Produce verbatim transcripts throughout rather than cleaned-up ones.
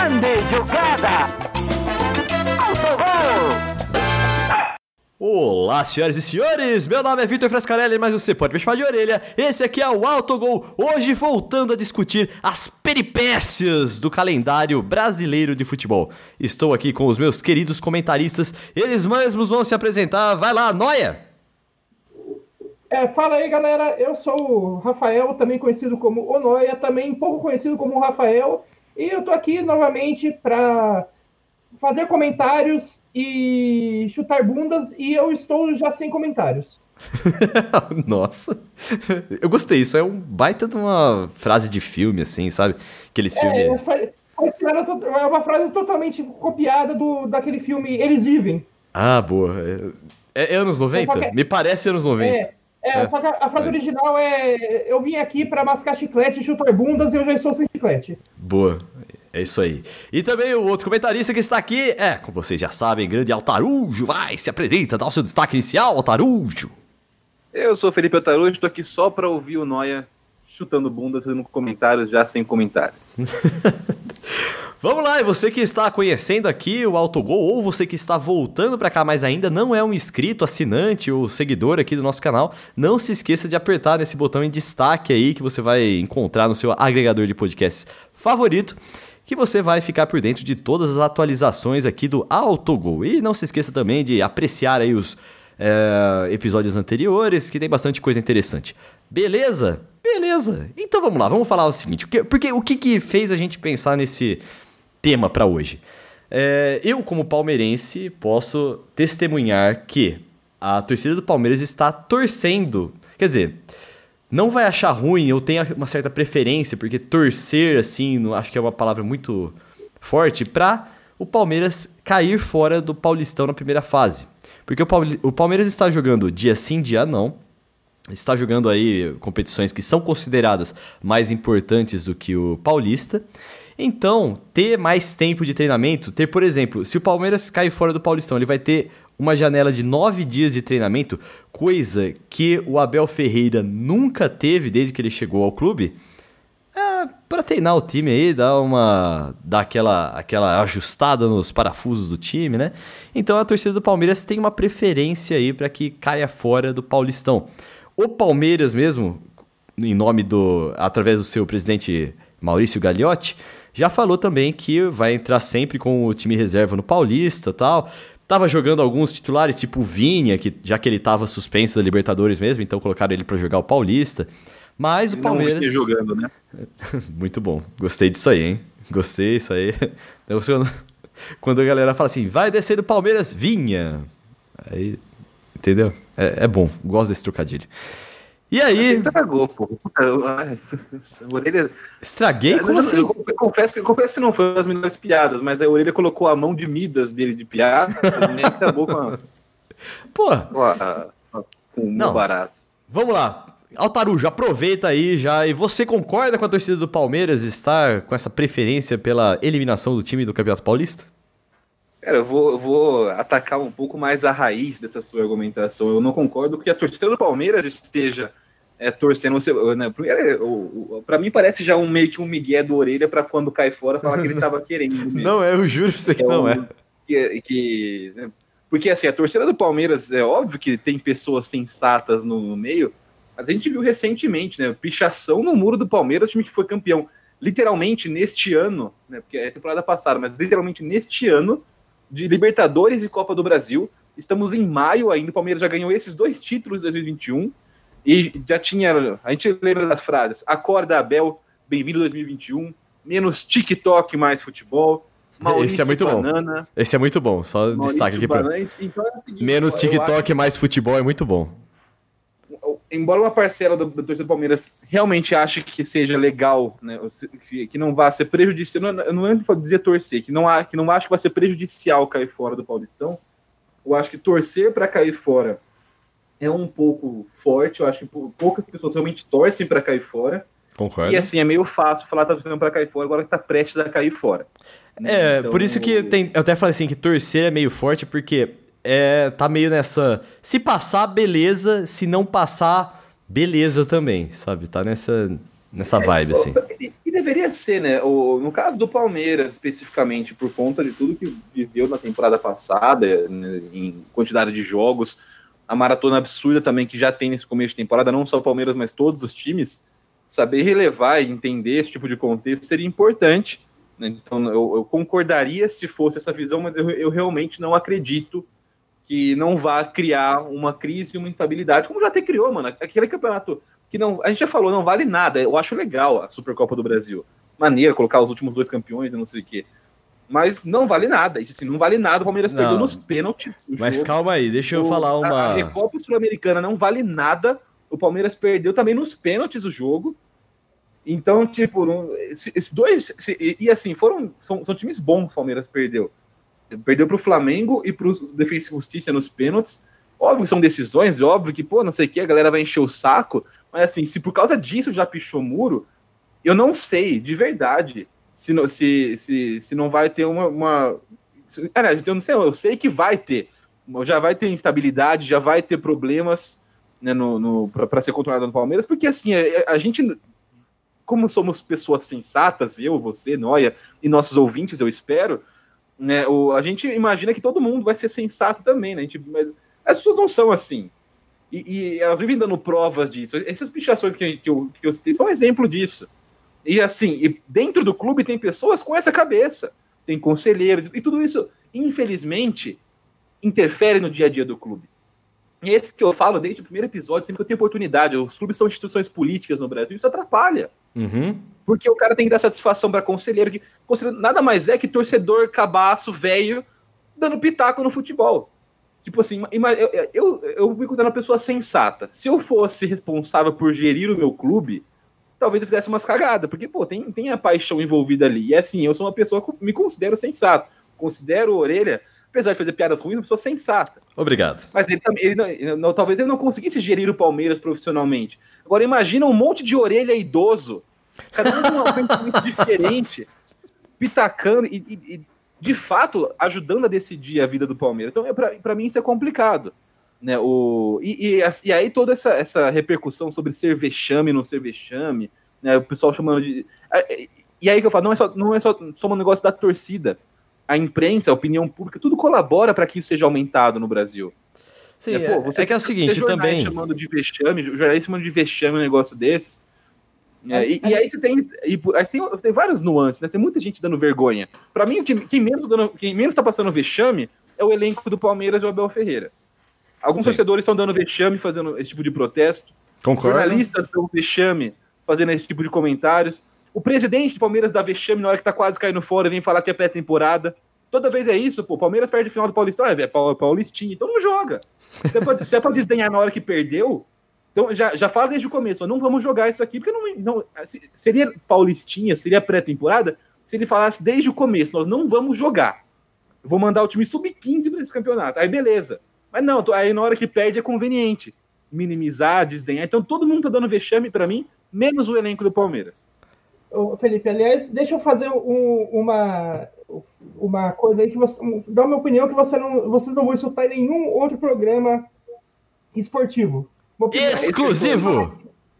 Grande jogada! Autogol! Olá, senhoras e senhores, meu nome é Vitor Frescarelli, mas você pode me chamar de orelha. Esse aqui é o Autogol, hoje voltando a discutir as peripécias do calendário brasileiro de futebol. Estou aqui com os meus queridos comentaristas, eles mesmos vão se apresentar. Vai lá, Noia! É, fala aí, galera, eu sou o Rafael, também conhecido como o Noia, também pouco conhecido como o Rafael, e eu tô aqui novamente para fazer comentários e chutar bundas, e eu estou já sem comentários. Nossa, eu gostei, isso é um baita de uma frase de filme, assim, sabe? Aqueles é, filmes... É uma frase totalmente copiada do, daquele filme Eles Vivem. Ah, boa. É, é anos noventa? É, Me parece anos noventa. É, é, é. Só que a, a frase é. original é: eu vim aqui para mascar chiclete e chutar bundas e eu já estou sem chiclete. Boa. É isso aí. E também o outro comentarista que está aqui é, como vocês já sabem, grande Altarujo. Vai, se apresenta, dá o seu destaque inicial, Altarujo. Eu sou Felipe Altarujo, estou aqui só para ouvir o Noia chutando bunda, fazendo comentários já sem comentários. Vamos lá, e você que está conhecendo aqui o Autogol, ou você que está voltando para cá, mas ainda não é um inscrito, assinante ou seguidor aqui do nosso canal, não se esqueça de apertar nesse botão em destaque aí que você vai encontrar no seu agregador de podcasts favorito, que você vai ficar por dentro de todas as atualizações aqui do Autogol. E não se esqueça também de apreciar aí os é, episódios anteriores, que tem bastante coisa interessante. Beleza? Beleza. Então vamos lá, vamos falar o seguinte, porque o que, que fez a gente pensar nesse tema para hoje? É, eu, como palmeirense, posso testemunhar que a torcida do Palmeiras está torcendo, quer dizer... Não vai achar ruim, eu tenho uma certa preferência, porque torcer, assim, não, acho que é uma palavra muito forte, para o Palmeiras cair fora do Paulistão na primeira fase. Porque o, Paul- o Palmeiras está jogando dia sim, dia não, está jogando aí competições que são consideradas mais importantes do que o Paulista. Então, ter mais tempo de treinamento, ter, por exemplo, se o Palmeiras cair fora do Paulistão, ele vai ter uma janela de nove dias de treinamento, coisa que o Abel Ferreira nunca teve desde que ele chegou ao clube, é, para treinar o time aí, dar uma dar aquela, aquela ajustada nos parafusos do time, né? Então a torcida do Palmeiras tem uma preferência aí para que caia fora do Paulistão. O Palmeiras mesmo, em nome do, através do seu presidente Maurício Gagliotti, já falou também que vai entrar sempre com o time reserva no Paulista e tal. Tava jogando alguns titulares, tipo o Vinha, que, já que ele tava suspenso da Libertadores mesmo, então colocaram ele pra jogar o Paulista. Mas o Não Palmeiras... Não jogando, né? Muito bom. Gostei disso aí, hein? Gostei disso aí. Então, quando a galera fala assim, vai descer do Palmeiras, Vinha. Aí, entendeu? É, é bom. Gosto desse trocadilho. E aí... Você estragou, pô. A orelha... Estraguei? Como eu, assim? Eu, eu, confesso, eu confesso que não foi as melhores piadas, mas a orelha colocou a mão de Midas dele de piada e nem acabou com a... Pô! Com, a, a, com o meu barato. Vamos lá. Altarujo, aproveita aí já. E você concorda com a torcida do Palmeiras estar com essa preferência pela eliminação do time do Campeonato Paulista? Cara, eu vou, eu vou atacar um pouco mais a raiz dessa sua argumentação. Eu não concordo que a torcida do Palmeiras esteja é, torcendo. Você, né, para mim parece já um, meio que um migué do orelha para quando cai fora falar que ele estava querendo. Mesmo. Não é, eu juro pra você que então, não é. Que, que, porque assim, a torcida do Palmeiras, é óbvio que tem pessoas sensatas no, no meio, mas a gente viu recentemente, né, pichação no muro do Palmeiras, o time que foi campeão. Literalmente neste ano, né, porque é temporada passada, mas literalmente neste ano, de Libertadores e Copa do Brasil. Estamos em maio ainda, o Palmeiras já ganhou esses dois títulos de dois mil e vinte e um e já tinha, a gente lembra das frases, acorda Abel, bem-vindo dois mil e vinte e um, menos TikTok, mais futebol, Maurício Esse é muito Banana, bom, esse é muito bom, só Maurício destaque aqui pra... Então é o seguinte, menos TikTok, acho... mais futebol é muito bom. Embora uma parcela da torcida do Palmeiras realmente ache que seja legal, né, que não vá ser prejudicial, eu não ando dizer torcer, que não, há, que não acho que vai ser prejudicial cair fora do Paulistão, eu acho que torcer para cair fora é um pouco forte, eu acho que poucas pessoas realmente torcem para cair fora. Concordo. E assim, é meio fácil falar que tá torcendo para cair fora, agora que tá prestes a cair fora. É, então, por isso que tem, eu até falei assim, que torcer é meio forte, porque... É, tá meio nessa... Se passar, beleza. Se não passar, beleza também, sabe? Tá nessa, nessa vibe, assim. E, e que deveria ser, né? O, no caso do Palmeiras, especificamente, por conta de tudo que viveu na temporada passada, né, em quantidade de jogos, a maratona absurda também que já tem nesse começo de temporada, não só o Palmeiras, mas todos os times, saber relevar e entender esse tipo de contexto seria importante, né? Então, eu, eu concordaria se fosse essa visão, mas eu, eu realmente não acredito que não vá criar uma crise e uma instabilidade, como já até criou, mano. Aquele campeonato que não, a gente já falou, não vale nada. Eu acho legal a Supercopa do Brasil. Maneiro colocar os últimos dois campeões, não sei o quê. Mas não vale nada. Isso assim, não vale nada. O Palmeiras não, perdeu nos pênaltis. Mas jogo. Calma aí, deixa eu o, falar uma... A, a Recopa Sul-Americana não vale nada. O Palmeiras perdeu também nos pênaltis o jogo. Então, tipo, esses dois... Se, e, e assim, foram são, são times bons que o Palmeiras perdeu. Perdeu para o Flamengo e para o Defensa e Justiça nos pênaltis. Óbvio que são decisões, óbvio que, pô, não sei o que, a galera vai encher o saco. Mas assim, se por causa disso já pichou muro, eu não sei, de verdade, se não, se, se, se não vai ter uma... uma... Aliás, eu não sei, eu sei que vai ter. Já vai ter instabilidade, já vai ter problemas, né, no, no, para ser controlado no Palmeiras, porque assim, a, a gente, como somos pessoas sensatas, eu, você, Noia, e nossos ouvintes, eu espero, né, o, a gente imagina que todo mundo vai ser sensato também, né? A gente, mas as pessoas não são assim. E, e elas vivem dando provas disso. Essas pichações que, que, eu, que eu citei são um exemplo disso. E assim, e dentro do clube tem pessoas com essa cabeça. Tem conselheiro, e tudo isso, infelizmente, interfere no dia a dia do clube. E esse que eu falo desde o primeiro episódio, sempre que eu tenho oportunidade, os clubes são instituições políticas no Brasil, isso atrapalha. Uhum. Porque o cara tem que dar satisfação para conselheiro, que conselheiro nada mais é que torcedor cabaço, velho, dando pitaco no futebol. Tipo assim, eu, eu, eu me considero uma pessoa sensata. Se eu fosse responsável por gerir o meu clube, talvez eu fizesse umas cagadas, porque, pô, tem, tem a paixão envolvida ali. E assim, eu sou uma pessoa que me considero sensato. Considero o Orelha, apesar de fazer piadas ruins, uma pessoa sensata. Obrigado. Mas ele, ele, não, ele não, talvez ele não conseguisse gerir o Palmeiras profissionalmente. Agora, imagina um monte de Orelha idoso, cada um com um pensamento diferente, pitacando e, e, e, de fato, ajudando a decidir a vida do Palmeiras. Então, é, para mim, isso é complicado. Né? O, e, e, e aí toda essa, essa repercussão sobre ser vexame, não ser vexame, né? O pessoal chamando de... E aí que eu falo, não é só, não é só, só um negócio da torcida. A imprensa, a opinião pública, tudo colabora para que isso seja aumentado no Brasil. Sim, é, pô, você é que é o seguinte, também... chamando de vexame, jornalistas chamando de vexame um negócio desse. É, e, e aí você tem, e, aí tem, tem várias nuances, né? Tem muita gente dando vergonha. Para mim, quem, quem menos dando, quem menos está passando vexame é o elenco do Palmeiras e o Abel Ferreira. Alguns Sim. torcedores estão dando vexame, fazendo esse tipo de protesto. Concordo. Jornalistas dão vexame, fazendo esse tipo de comentários. O presidente do Palmeiras dá vexame na hora que tá quase caindo fora e vem falar que é pré-temporada. Toda vez é isso, pô. O Palmeiras perde o final do Paulistão, é, é Paulistinha, então não joga. Se é, pra, se é pra desdenhar na hora que perdeu, então já, já fala desde o começo, ó, não vamos jogar isso aqui, porque não, não seria Paulistinha, seria pré-temporada, se ele falasse desde o começo, nós não vamos jogar. Eu vou mandar o time sub quinze para esse campeonato. Aí beleza. Mas não, aí na hora que perde é conveniente minimizar, desdenhar. Então todo mundo tá dando vexame para mim, menos o elenco do Palmeiras. Ô, Felipe, aliás, deixa eu fazer um, uma, uma coisa aí que você dá uma opinião que você não, vocês não vão escutar em nenhum outro programa esportivo. Exclusivo!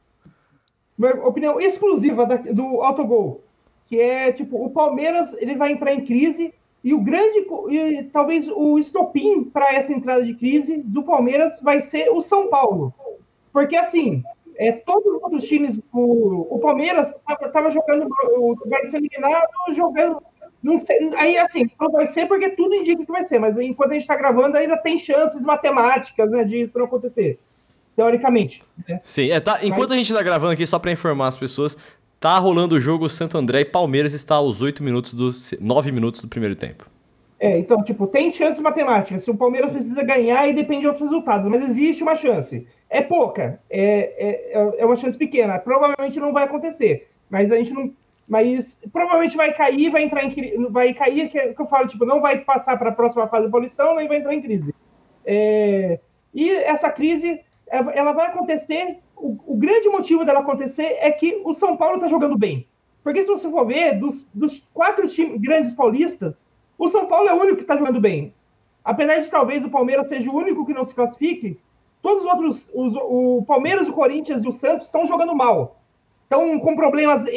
Uma opinião exclusiva da, do Autogol, que é tipo, o Palmeiras ele vai entrar em crise e o grande, e talvez o estopim para essa entrada de crise do Palmeiras vai ser o São Paulo. Porque assim, é, todos os outros times, o, o Palmeiras estava jogando, vai ser eliminado, jogando, não sei, aí assim, não vai ser porque tudo indica que vai ser, mas enquanto a gente está gravando ainda tem chances matemáticas, né, disso não acontecer, teoricamente. Né? Sim, é, tá, enquanto mas... a gente está gravando aqui, só para informar as pessoas, tá rolando o jogo Santo André e Palmeiras está aos oito minutos dos nove minutos do primeiro tempo. É, então, tipo, tem chance matemática. Se o Palmeiras precisa ganhar e depende de outros resultados, mas existe uma chance. É pouca, é, é, é uma chance pequena. Provavelmente não vai acontecer, mas a gente não. Mas provavelmente vai cair, vai entrar em vai cair, que, que eu falo, tipo, não vai passar para a próxima fase do Paulistão, nem vai entrar em crise. É, e essa crise, ela vai acontecer. O, o grande motivo dela acontecer é que o São Paulo está jogando bem. Porque se você for ver, dos, dos quatro times grandes paulistas, o São Paulo é o único que está jogando bem. Apesar de talvez o Palmeiras seja o único que não se classifique, todos os outros, os, o Palmeiras, o Corinthians e o Santos estão jogando mal. Estão com problemas em,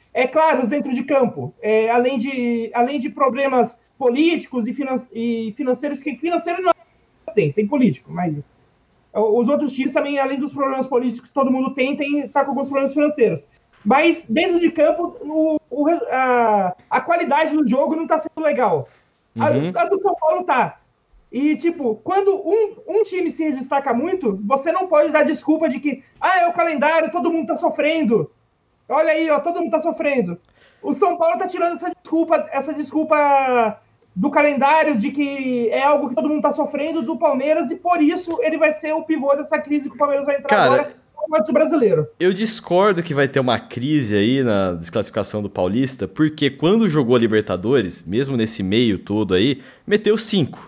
é, claros dentro de campo, é, além, de, além de problemas políticos e, finan e financeiros, que financeiro não é assim, tem político, mas os outros times também, além dos problemas políticos que todo mundo tem, tem tá com alguns problemas financeiros. Mas dentro de campo, o, o, a, a qualidade do jogo não tá sendo legal. Uhum. A, a do São Paulo tá. E, tipo, quando um, um time se destaca muito, você não pode dar desculpa de que, ah, é o calendário, todo mundo tá sofrendo. Olha aí, ó, todo mundo tá sofrendo. O São Paulo tá tirando essa desculpa, essa desculpa do calendário, de que é algo que todo mundo tá sofrendo, do Palmeiras, e por isso ele vai ser o pivô dessa crise que o Palmeiras vai entrar. Cara, agora no brasileiro. Eu discordo que vai ter uma crise aí na desclassificação do Paulista, porque quando jogou a Libertadores, mesmo nesse meio todo aí, meteu cinco.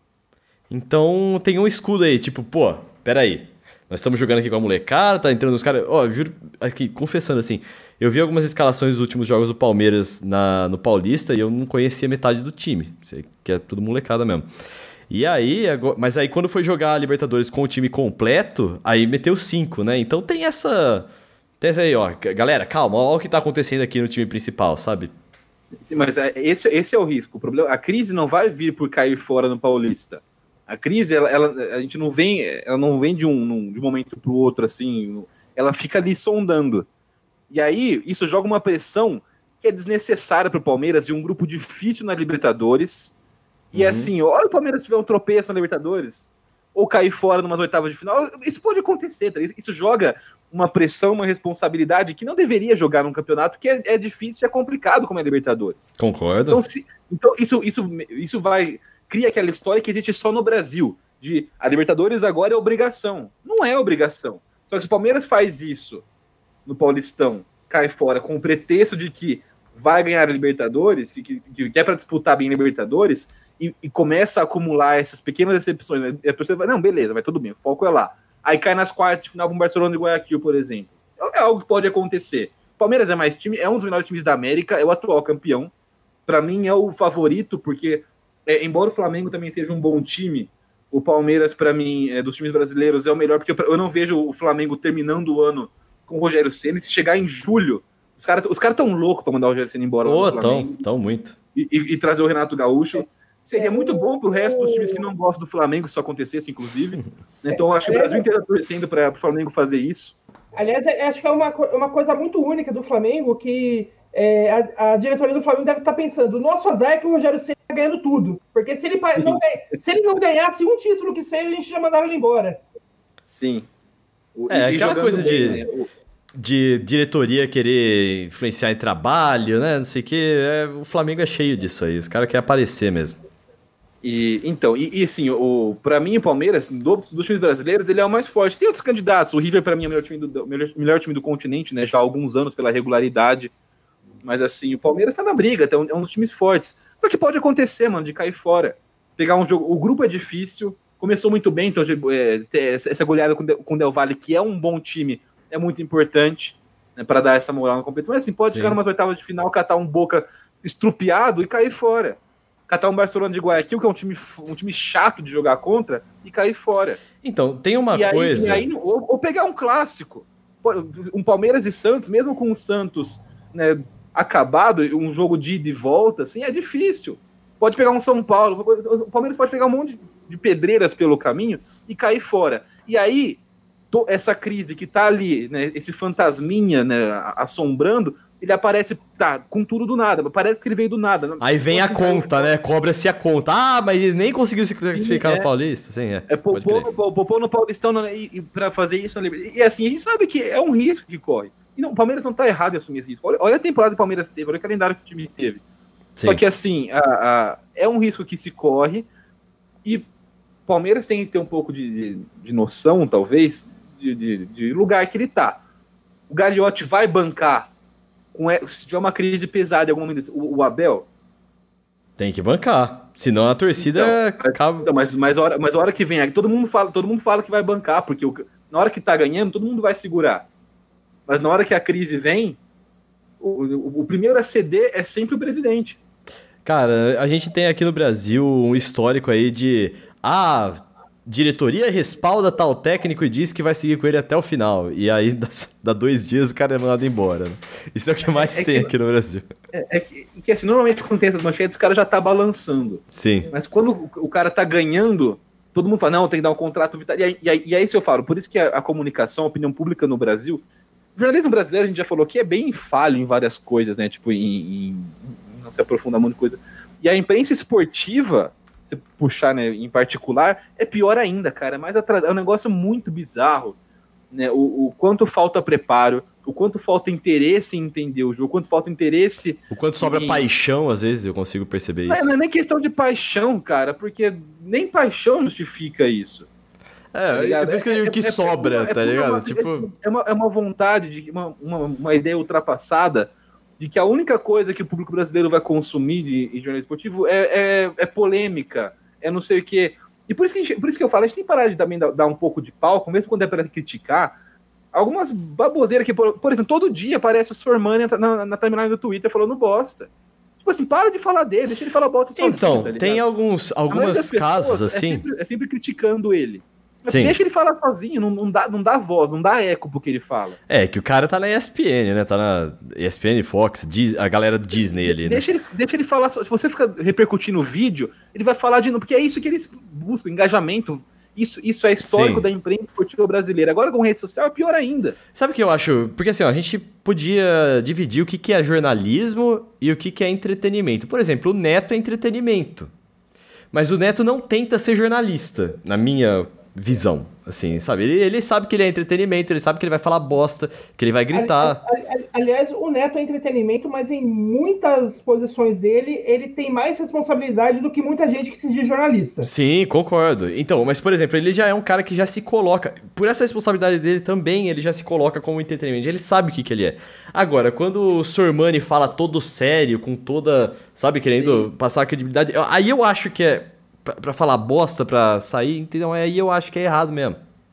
Então tem um escudo aí, tipo, pô, peraí, nós estamos jogando aqui com a molecada, tá entrando os caras... Ó, oh, juro, aqui, confessando assim, eu vi algumas escalações dos últimos jogos do Palmeiras na, no Paulista e eu não conhecia metade do time, que é tudo molecada mesmo. E aí, agora, mas aí quando foi jogar a Libertadores com o time completo, aí meteu cinco, né? Então tem essa... Tem essa aí, ó, galera, calma, olha o que tá acontecendo aqui no time principal, sabe? Sim, mas esse, esse é o risco, o problema, a crise não vai vir por cair fora no Paulista. A crise, ela, ela, a gente não vem, ela não vem de um, de um momento para o outro, assim, ela fica ali sondando. E aí, isso joga uma pressão que é desnecessária para o Palmeiras e um grupo difícil na Libertadores. E uhum. assim, olha o Palmeiras tiver um tropeço na Libertadores, ou cair fora numas oitavas de final, isso pode acontecer, tá? Isso joga uma pressão, uma responsabilidade que não deveria jogar num campeonato que é, é difícil e é complicado como é a Libertadores. Concordo. Então, se, então isso, isso, isso vai... cria aquela história que existe só no Brasil, de a Libertadores agora é obrigação. Não é obrigação. Só que se o Palmeiras faz isso no Paulistão, cai fora com o pretexto de que vai ganhar a Libertadores, que, que, que é para disputar bem a Libertadores, e, e começa a acumular essas pequenas decepções, né? E a pessoa vai, não, beleza, vai tudo bem, o foco é lá. Aí cai nas quartas de final com o Barcelona de Guayaquil, por exemplo. É algo que pode acontecer. O Palmeiras é mais time, é um dos melhores times da América, é o atual campeão. Para mim é o favorito, porque É, embora o Flamengo também seja um bom time, o Palmeiras, para mim, é, dos times brasileiros, é o melhor, porque eu não vejo o Flamengo terminando o ano com o Rogério Ceni. Se chegar em julho, os caras os cara tão loucos para mandar o Rogério Ceni embora. Oh, tão, tão muito. E, e, e trazer o Renato Gaúcho. Seria muito bom pro resto dos times que não gostam do Flamengo, se isso acontecesse, inclusive. Então, acho que o Brasil inteiro está torcendo para o Flamengo fazer isso. Aliás, acho que é uma, uma coisa muito única do Flamengo, que é, a, a diretoria do Flamengo deve estar pensando, nosso azar é que o Rogério Ceni está ganhando tudo. Porque se ele, não, se ele não ganhasse um título que seja, a gente já mandava ele embora. Sim. O, é, aquela coisa bem, de, né? de diretoria querer influenciar em trabalho, né? Não sei o que. É, o Flamengo é cheio disso aí. Os caras querem aparecer mesmo. E, então, e, e assim, o, pra mim o Palmeiras, do, dos times brasileiros, ele é o mais forte. Tem outros candidatos, o River pra mim é o melhor time do, melhor, melhor time do continente, né, já há alguns anos pela regularidade, mas assim, o Palmeiras tá na briga, tá, é um dos times fortes. Só que pode acontecer, mano, de cair fora. Pegar um jogo, o grupo é difícil, começou muito bem, então é, essa goleada com o Del Valle, que é um bom time, é muito importante, né, para dar essa moral na competição. Mas assim, pode Sim. chegar numas oitavas de final, catar um Boca estrupiado e cair fora. Catar um Barcelona de Guayaquil, que é um time, um time chato de jogar contra, e cair fora. Então, tem uma e coisa... Aí, e aí, ou, ou pegar um clássico. Um Palmeiras e Santos, mesmo com o Santos, né, acabado, um jogo de ida e volta, assim, é difícil. Pode pegar um São Paulo, o Palmeiras pode pegar um monte de pedreiras pelo caminho e cair fora. E aí, essa crise que tá ali, né, esse fantasminha, né, assombrando, ele aparece, tá, com tudo do nada, parece que ele veio do nada. Aí vem a conta, né, cobra-se a conta. Ah, mas ele nem conseguiu se classificar Sim, é. no Paulista. Sim, é. É popou no Paulistão, né, e, e pra fazer isso, e assim, a gente sabe que é um risco que corre. E não, o Palmeiras não tá errado em assumir esse risco. Olha, olha a temporada que o Palmeiras teve, olha o calendário que o time teve. Sim. Só que assim, a, a, é um risco que se corre, e o Palmeiras tem que ter um pouco de, de, de noção, talvez, de, de, de lugar que ele tá. O Gagliotti vai bancar, com, se tiver uma crise pesada em algum momento, o, o Abel? Tem que bancar, senão a torcida então, acaba... Então, mas, mas, a hora, mas a hora que vem aqui, todo mundo fala, todo mundo fala que vai bancar, porque o, na hora que tá ganhando, todo mundo vai segurar. Mas na hora que a crise vem, o, o, o primeiro a ceder é sempre o presidente. Cara, a gente tem aqui no Brasil um histórico aí de... Ah, diretoria respalda tal técnico e diz que vai seguir com ele até o final. E aí, dá, dá dois dias, o cara é mandado embora. Né? Isso é o que mais é, é tem que, aqui no Brasil. É, é que, que, assim, normalmente quando tem essas manchetes, o cara já tá balançando. Sim. Mas quando o, o cara tá ganhando, todo mundo fala, não, tem que dar um contrato vital. E aí, e aí, e aí isso eu falo, por isso que a, a comunicação, a opinião pública no Brasil, o jornalismo brasileiro, a gente já falou que é bem falho em várias coisas, né? Tipo, em, em, em não se aprofundar muito em coisa. E a imprensa esportiva, se puxar, né, em particular, é pior ainda, cara. É, mais atra... é um negócio muito bizarro, né? O, o quanto falta preparo, o quanto falta interesse em entender o jogo, o quanto falta interesse... O quanto sobra em... paixão, às vezes, eu consigo perceber não, isso. Não é nem questão de paixão, cara, porque nem paixão justifica isso. É, tá é por isso que eu digo que é, sobra, é, é, tá ligado? Uma, tipo... é, uma, é uma vontade, de uma, uma, uma ideia ultrapassada de que a única coisa que o público brasileiro vai consumir de, de jornalismo esportivo é, é, é polêmica, é não sei o quê. E por isso que, gente, por isso que eu falo, a gente tem que parar de também dar, dar um pouco de palco, mesmo quando é para criticar, algumas baboseiras que, por, por exemplo, todo dia aparece o Sormani na, na, na timeline do Twitter falando bosta. Tipo assim, para de falar dele, deixa ele falar bosta sozinho, então, tá ligado? tem alguns algumas casos assim... É sempre, é sempre criticando ele. Sim. Deixa ele falar sozinho, não, não, dá, não dá voz, não dá eco pro que ele fala. É, que o cara tá na E S P N, né? Tá na E S P N, Fox, a galera do Disney ali, né? Deixa ele, deixa ele falar, se você ficar repercutindo o vídeo, ele vai falar de novo, porque é isso que eles buscam, engajamento. Isso, isso é histórico Sim. da imprensa esportiva brasileira. Agora com rede social é pior ainda. Sabe o que eu acho? Porque assim, ó, a gente podia dividir o que, que é jornalismo e o que, que é entretenimento. Por exemplo, o Neto é entretenimento. Mas o Neto não tenta ser jornalista, na minha visão, assim, sabe? Ele, ele sabe que ele é entretenimento, ele sabe que ele vai falar bosta, que ele vai gritar. Aliás, o Neto é entretenimento, mas em muitas posições dele, ele tem mais responsabilidade do que muita gente que se diz jornalista. Sim, concordo. Então, mas, por exemplo, ele já é um cara que já se coloca, por essa responsabilidade dele também, ele já se coloca como entretenimento, ele sabe o que, que ele é. Agora, quando Sim. o Sormani fala todo sério, com toda, sabe, querendo Sim. passar a credibilidade, aí eu acho que é pra falar bosta, pra sair, entendeu? Aí eu acho que é errado mesmo.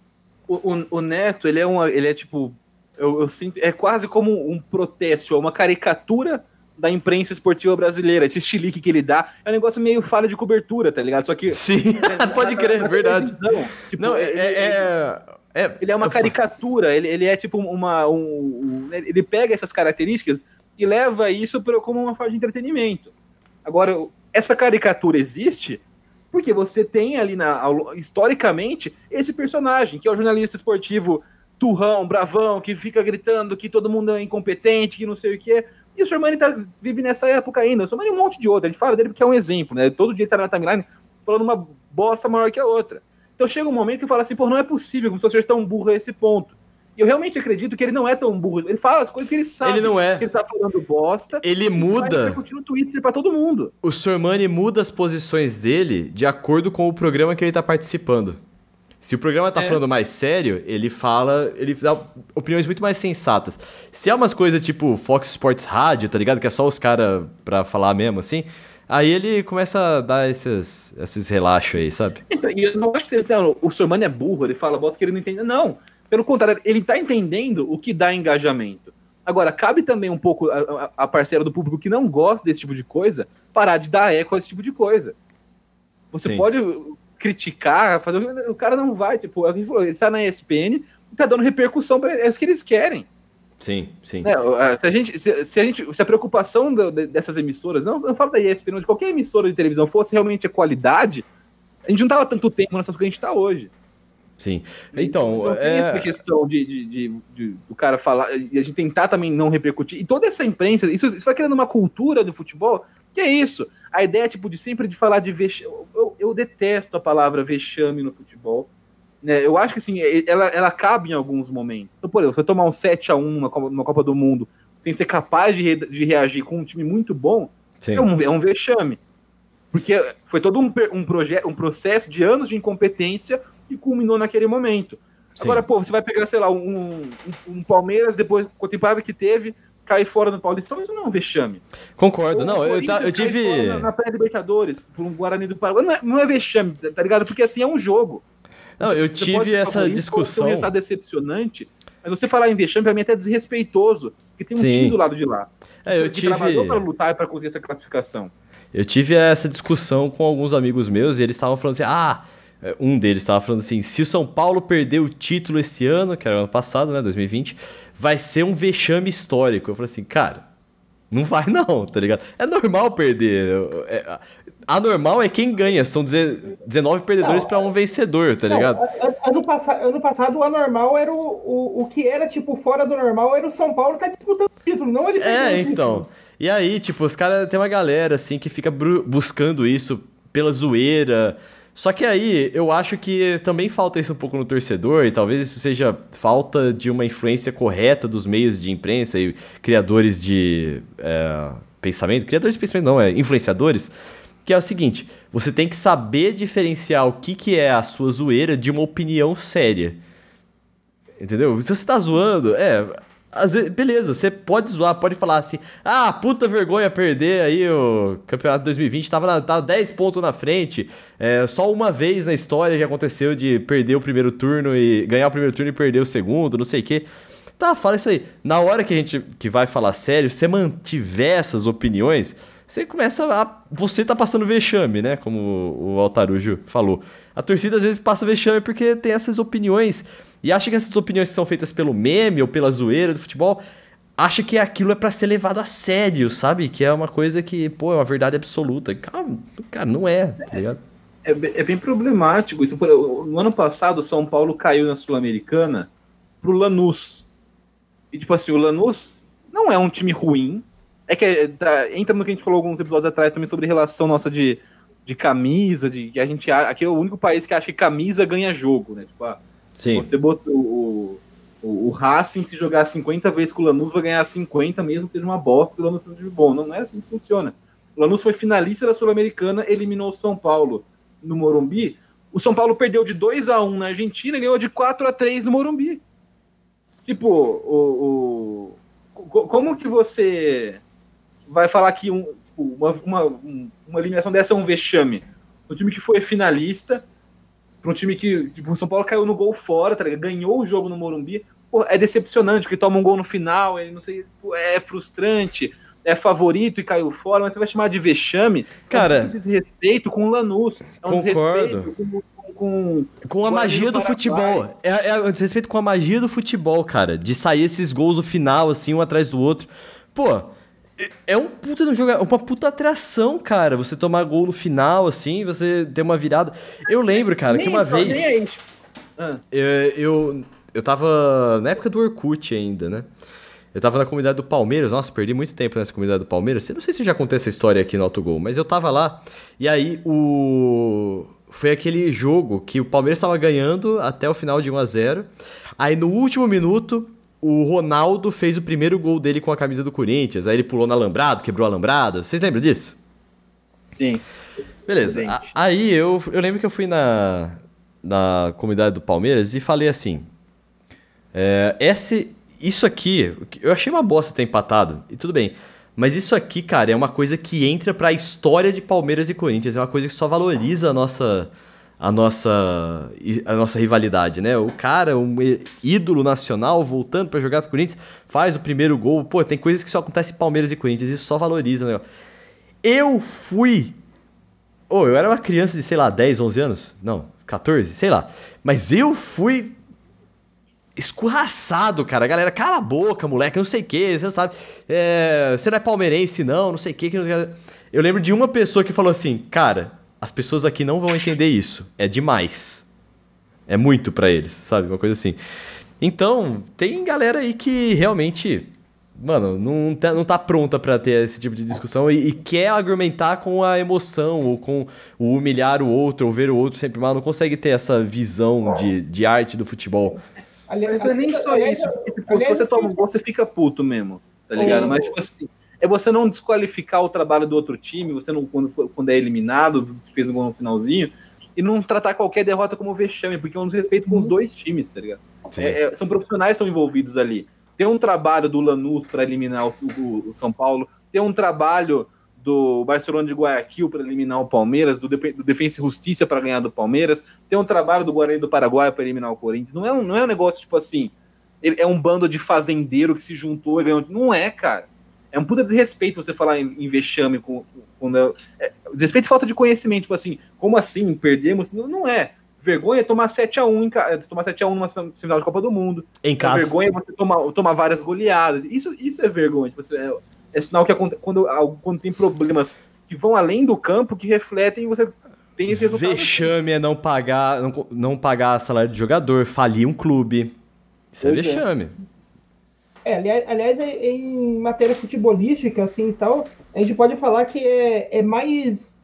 O, o, o Neto, ele é uma, ele é tipo, eu, eu sinto, é quase como um protesto, é uma caricatura da imprensa esportiva brasileira. Esse estilique que ele dá é um negócio meio falha de cobertura, tá ligado? Só que... Sim, é, pode crer, é verdade. Tipo, Não, ele, é, é, é... Ele é uma caricatura, ele, ele é tipo uma... Um, um, ele pega essas características e leva isso pra, como uma forma de entretenimento. Agora, essa caricatura existe... Porque você tem ali, na, historicamente, esse personagem, que é o jornalista esportivo turrão, bravão, que fica gritando que todo mundo é incompetente, que não sei o quê. E o Sormani tá, vive nessa época ainda. O Sormani é um monte de outro. A gente fala dele porque é um exemplo, né? Todo dia tá na timeline falando uma bosta maior que a outra. Então chega um momento que fala assim, pô, não é possível que você seja tão burro a esse ponto. E eu realmente acredito que ele não é tão burro. Ele fala as coisas que ele sabe. Ele não é. Que ele tá falando bosta. Ele muda. Vai no Twitter pra todo mundo. O Sormani muda as posições dele de acordo com o programa que ele tá participando. Se o programa tá é. falando mais sério, ele fala... Ele dá opiniões muito mais sensatas. Se é umas coisas tipo Fox Sports Rádio, tá ligado? Que é só os caras pra falar mesmo, assim... Aí ele começa a dar esses, esses relaxos aí, sabe? Então, e eu não acho que você, não, o Sormani é burro, ele fala bosta que ele não entende. Não. Pelo contrário, ele está entendendo o que dá engajamento. Agora, cabe também um pouco a, a parcela do público que não gosta desse tipo de coisa parar de dar eco a esse tipo de coisa. Você Sim. pode criticar, fazer o cara não vai, tipo, ele está na E S P N e está dando repercussão para é isso que eles querem. Sim, sim. É, se, a gente, se, se, a gente, se a preocupação do, dessas emissoras, não, não falo da E S P N, de qualquer emissora de televisão fosse realmente a qualidade, a gente não tava tanto tempo nessas coisas que a gente está hoje. Sim. Então, então tem é... essa questão de, de, de, de do cara falar e a gente tentar também não repercutir. E toda essa imprensa, isso, isso vai criando uma cultura do futebol, que é isso. A ideia tipo, de sempre de falar de vexame. Eu, eu, eu detesto a palavra vexame no futebol. Né? Eu acho que assim, ela, ela cabe em alguns momentos. Então, por exemplo, você tomar um sete a um numa Copa, numa Copa do Mundo sem ser capaz de, re, de reagir com um time muito bom, é um, é um vexame. Porque foi todo um, um, proje, um processo de anos de incompetência e culminou naquele momento. Sim. Agora, pô, você vai pegar, sei lá, um, um, um Palmeiras, depois, com a temporada que teve, cair fora no Paulistão, isso não é um vexame. Concordo, Ou, não, eu, tá, eu tive... Na, na pré-Libertadores, por um Guarani do Paraguai, não é, não é vexame, tá ligado? Porque assim, é um jogo. Não, eu você tive essa favorito, discussão... Pode ser um resultado decepcionante, mas você falar em vexame, pra mim é até desrespeitoso, porque tem um Sim. time do lado de lá. É, eu que tive... trabalhou para lutar e para conseguir essa classificação. Eu tive essa discussão com alguns amigos meus e eles estavam falando assim, ah... um deles estava falando assim, se o São Paulo perder o título esse ano, que era o ano passado, né, dois mil e vinte, vai ser um vexame histórico. Eu falei assim, cara, não vai não, tá ligado? É normal perder. É, anormal é quem ganha, são dezenove perdedores para um vencedor, tá ligado? Não, ano, pass ano passado o anormal era o, o, o que era, tipo, fora do normal era o São Paulo tá disputando o título, não ele É, o então. Título. E aí, tipo, os caras, tem uma galera, assim, que fica buscando isso pela zoeira. Só que aí, eu acho que também falta isso um pouco no torcedor, e talvez isso seja falta de uma influência correta dos meios de imprensa e criadores de é, pensamento. Criadores de pensamento não, é influenciadores. Que é o seguinte, você tem que saber diferenciar o que, que é a sua zoeira de uma opinião séria. Entendeu? Se você tá zoando, é... Às vezes, beleza, você pode zoar, pode falar assim, ah, puta vergonha perder aí o campeonato dois mil e vinte, tava, na, tava dez pontos na frente, é, só uma vez na história que aconteceu de perder o primeiro turno e ganhar o primeiro turno e perder o segundo, não sei o quê. Tá, fala isso aí. Na hora que a gente que vai falar sério, se você mantiver essas opiniões, você começa a... Você tá passando vexame, né? Como o Altarujo falou. A torcida às vezes passa vexame porque tem essas opiniões... E acha que essas opiniões que são feitas pelo meme ou pela zoeira do futebol, acha que aquilo é pra ser levado a sério, sabe? Que é uma coisa que, pô, é uma verdade absoluta. Cara, cara não é, tá ligado? É, é bem problemático isso. No ano passado, o São Paulo caiu na Sul-Americana pro Lanús. E, tipo assim, o Lanús não é um time ruim. É que tá, entra no que a gente falou alguns episódios atrás também sobre relação nossa de, de camisa, de que a gente... Aqui é o único país que acha que camisa ganha jogo, né? Tipo, ah, Sim. Você botou o, o, o Racing, se jogar cinquenta vezes com o Lanús, vai ganhar cinquenta, mesmo que seja uma bosta, o Lanús seja de bom. Não, não é assim que funciona. O Lanús foi finalista da Sul-Americana, eliminou o São Paulo no Morumbi. O São Paulo perdeu de dois a um na Argentina e ganhou de quatro a três no Morumbi. Tipo, o, o, como que você vai falar que um, uma, uma, uma eliminação dessa é um vexame? O time que foi finalista... Para um time que, tipo, o São Paulo caiu no gol fora, tá ligado? Ganhou o jogo no Morumbi, pô, é decepcionante, porque toma um gol no final, é, não sei, tipo, é frustrante, é favorito e caiu fora, mas você vai chamar de vexame? Cara, é um desrespeito com o Lanús, é um concordo. desrespeito com, com, com, com a magia do futebol, é, é um desrespeito com a magia do futebol, cara, de sair esses gols no final, assim, um atrás do outro. Pô, é um puta no jogo, uma puta atração, cara. Você tomar gol no final, assim, você ter uma virada. Eu lembro, cara, nem que uma isso, vez. Ah. Eu, eu, eu tava na época do Orkut ainda, né? Eu tava na comunidade do Palmeiras. Nossa, perdi muito tempo nessa comunidade do Palmeiras. Eu não sei se eu já contei essa história aqui no Autogol, mas eu tava lá. E aí o. Foi aquele jogo que o Palmeiras tava ganhando até o final de um a zero. Aí no último minuto. O Ronaldo fez o primeiro gol dele com a camisa do Corinthians. Aí ele pulou no alambrado, quebrou o alambrado. Vocês lembram disso? Sim. Beleza. A, aí eu, eu lembro que eu fui na, na comunidade do Palmeiras e falei assim... É, esse, isso aqui... Eu achei uma bosta ter empatado. E tudo bem. Mas isso aqui, cara, é uma coisa que entra pra história de Palmeiras e Corinthians. É uma coisa que só valoriza a nossa... A nossa, a nossa rivalidade, né? O cara, um ídolo nacional, voltando pra jogar pro Corinthians, faz o primeiro gol. Pô, tem coisas que só acontecem em Palmeiras e Corinthians, isso só valoriza, né? Eu fui... Oh, eu era uma criança de, sei lá, dez, onze anos? Não, catorze, sei lá. Mas eu fui escorraçado, cara. A galera, cala a boca, moleque, não sei o que, você não sabe. É, você não é palmeirense, não, não sei o que. Eu lembro de uma pessoa que falou assim, cara... As pessoas aqui não vão entender isso. É demais. É muito pra eles, sabe? Uma coisa assim. Então, tem galera aí que realmente, mano, não tá, não tá pronta pra ter esse tipo de discussão e, e quer argumentar com a emoção ou com o humilhar o outro ou ver o outro sempre mal. Não consegue ter essa visão de, de arte do futebol. Aliás, não é nem só isso. Tipo, se você toma um gol, você fica puto mesmo, tá ligado? Mas, tipo assim... É você não desqualificar o trabalho do outro time, você não, quando, quando é eliminado, fez um gol no finalzinho, e não tratar qualquer derrota como vexame, porque é um desrespeito com os dois times, tá ligado? É, é, são profissionais que estão envolvidos ali. Tem um trabalho do Lanús para eliminar o, o, o São Paulo, tem um trabalho do Barcelona de Guayaquil para eliminar o Palmeiras, do, do Defensa e Justiça para ganhar do Palmeiras, tem um trabalho do Guarani do Paraguai para eliminar o Corinthians. Não é, um, não é um negócio tipo assim, ele é um bando de fazendeiro que se juntou e ganhou. Não é, cara. É um puta desrespeito você falar em, em vexame. Com, com, é, desrespeito e falta de conhecimento. Tipo assim, como assim? Perdemos? Não, não é. Vergonha é tomar sete a um em ca... tomar sete a um numa semifinal de Copa do Mundo. Em casa. Vergonha é você tomar, tomar várias goleadas. Isso, isso é vergonha. Tipo, é, é sinal que quando, quando tem problemas que vão além do campo, que refletem, você tem esse resultado. Vexame é não pagar, não, não pagar salário de jogador, falir um clube. Isso pois é vexame. É, é aliás, em matéria futebolística, assim, e tal, a gente pode falar que é, é mais...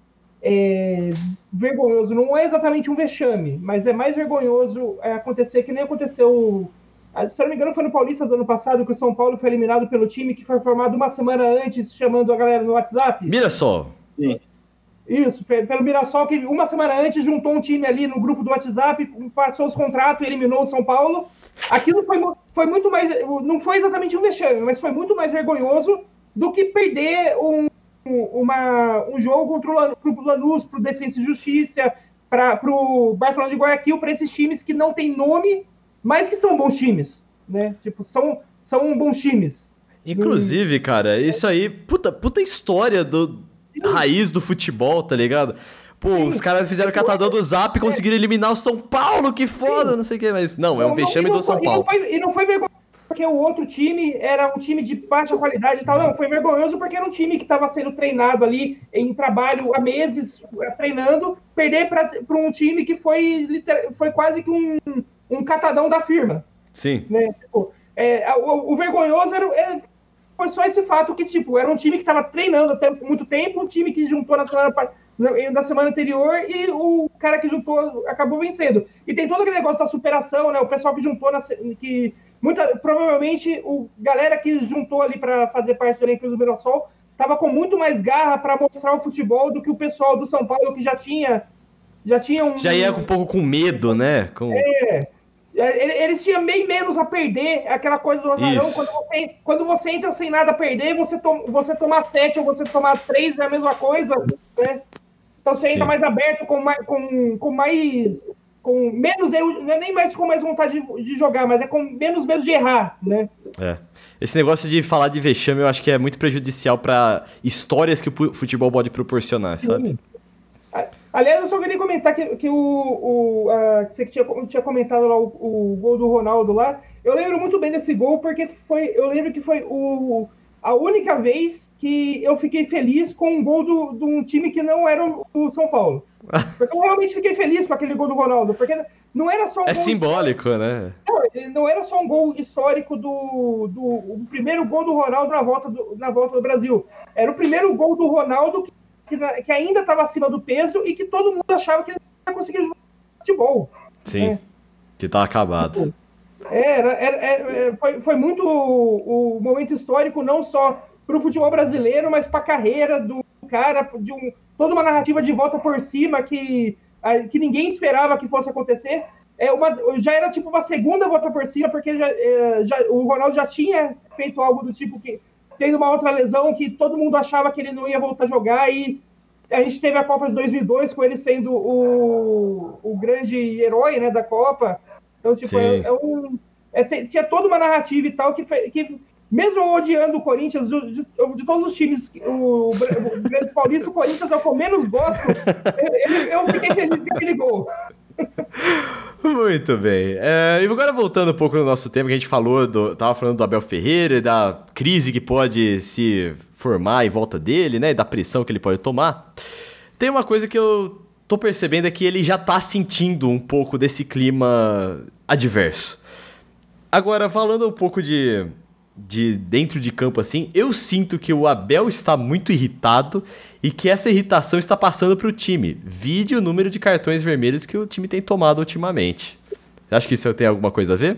É, vergonhoso, não é exatamente um vexame, mas é mais vergonhoso é, acontecer que nem aconteceu, se eu não me engano foi no Paulista do ano passado, que o São Paulo foi eliminado pelo time que foi formado uma semana antes, chamando a galera no WhatsApp. Mirassol. Sim. Isso, pelo Mirassol, que uma semana antes juntou um time ali no grupo do WhatsApp, passou os contratos e eliminou o São Paulo. Aquilo foi, foi muito mais, não foi exatamente um vexame, mas foi muito mais vergonhoso do que perder um Uma, um jogo contra o Lanús, para o Defensa e Justiça, para o Barcelona de Guayaquil, para esses times que não têm nome, mas que são bons times, né? Tipo, são, são bons times. Inclusive, hum. cara, isso aí, puta, puta história do Sim. raiz do futebol, tá ligado? Pô, Sim. os caras fizeram o catadão do Zap e conseguiram eliminar o São Paulo, que foda, Sim. não sei o que, mas não, não é um vexame não, do São foi, Paulo. E não foi, e não foi vergonha porque o outro time era um time de baixa qualidade e tal. Não, foi vergonhoso porque era um time que estava sendo treinado ali em trabalho há meses, treinando, perder para um time que foi, foi quase que um, um catadão da firma. Sim. Né? Tipo, é, o, o vergonhoso era, era, foi só esse fato que, tipo, era um time que estava treinando até muito tempo, um time que juntou na semana, na semana anterior e o cara que juntou acabou vencendo. E tem todo aquele negócio da superação, né? O pessoal que juntou, na, que muita, provavelmente o galera que juntou ali para fazer parte do elenco do Mirassol estava com muito mais garra para mostrar o futebol do que o pessoal do São Paulo, que já tinha já tinha um... Já ia um pouco com medo, né? Com... É, eles tinham bem menos a perder, aquela coisa do azarão, quando você, quando você entra sem nada a perder, você, tom, você tomar sete ou você tomar três é a mesma coisa, né? Então você Sim. entra mais aberto, com mais, com, com mais... com menos erro, não é nem mais com mais vontade de, de jogar, mas é com menos medo de errar, né? É. Esse negócio de falar de vexame eu acho que é muito prejudicial para histórias que o futebol pode proporcionar, Sim. sabe? Aliás, eu só queria comentar que, que o, o a, que você tinha, tinha comentado lá o, o gol do Ronaldo lá. Eu lembro muito bem desse gol, porque foi, eu lembro que foi o, a única vez que eu fiquei feliz com um gol do, de um time que não era o, o São Paulo. Porque eu realmente fiquei feliz com aquele gol do Ronaldo, porque não era só um É gol simbólico, histórico. né? Não, não era só um gol histórico do, do o primeiro gol do Ronaldo na volta do, na volta do Brasil. Era o primeiro gol do Ronaldo que, que, que ainda estava acima do peso e que todo mundo achava que ele não ia conseguir jogar futebol. Sim, né? Que tá acabado. Era, era, era, foi, foi muito o, o momento histórico, não só para o futebol brasileiro, mas para a carreira do cara, de um, toda uma narrativa de volta por cima que, que ninguém esperava que fosse acontecer. É uma, já era tipo uma segunda volta por cima, porque já, já, o Ronaldo já tinha feito algo do tipo que teve uma outra lesão que todo mundo achava que ele não ia voltar a jogar, e a gente teve a Copa de dois mil e dois com ele sendo o, o grande herói, né, da Copa. Então, tipo, é, é um, é, tinha toda uma narrativa e tal que, que mesmo odiando o Corinthians, de, de, de todos os times, o, o Grande Paulista, o Corinthians é o que eu menos gosto, eu, eu fiquei feliz com aquele gol. Muito bem. É, e agora voltando um pouco no nosso tema, que a gente falou, do, tava falando do Abel Ferreira e da crise que pode se formar em volta dele, né, e da pressão que ele pode tomar. Tem uma coisa que eu tô percebendo é que ele já tá sentindo um pouco desse clima adverso. Agora, falando um pouco de... de dentro de campo assim, eu sinto que o Abel está muito irritado e que essa irritação está passando para o time. Vide o número de cartões vermelhos que o time tem tomado ultimamente. Você acha que isso tem alguma coisa a ver?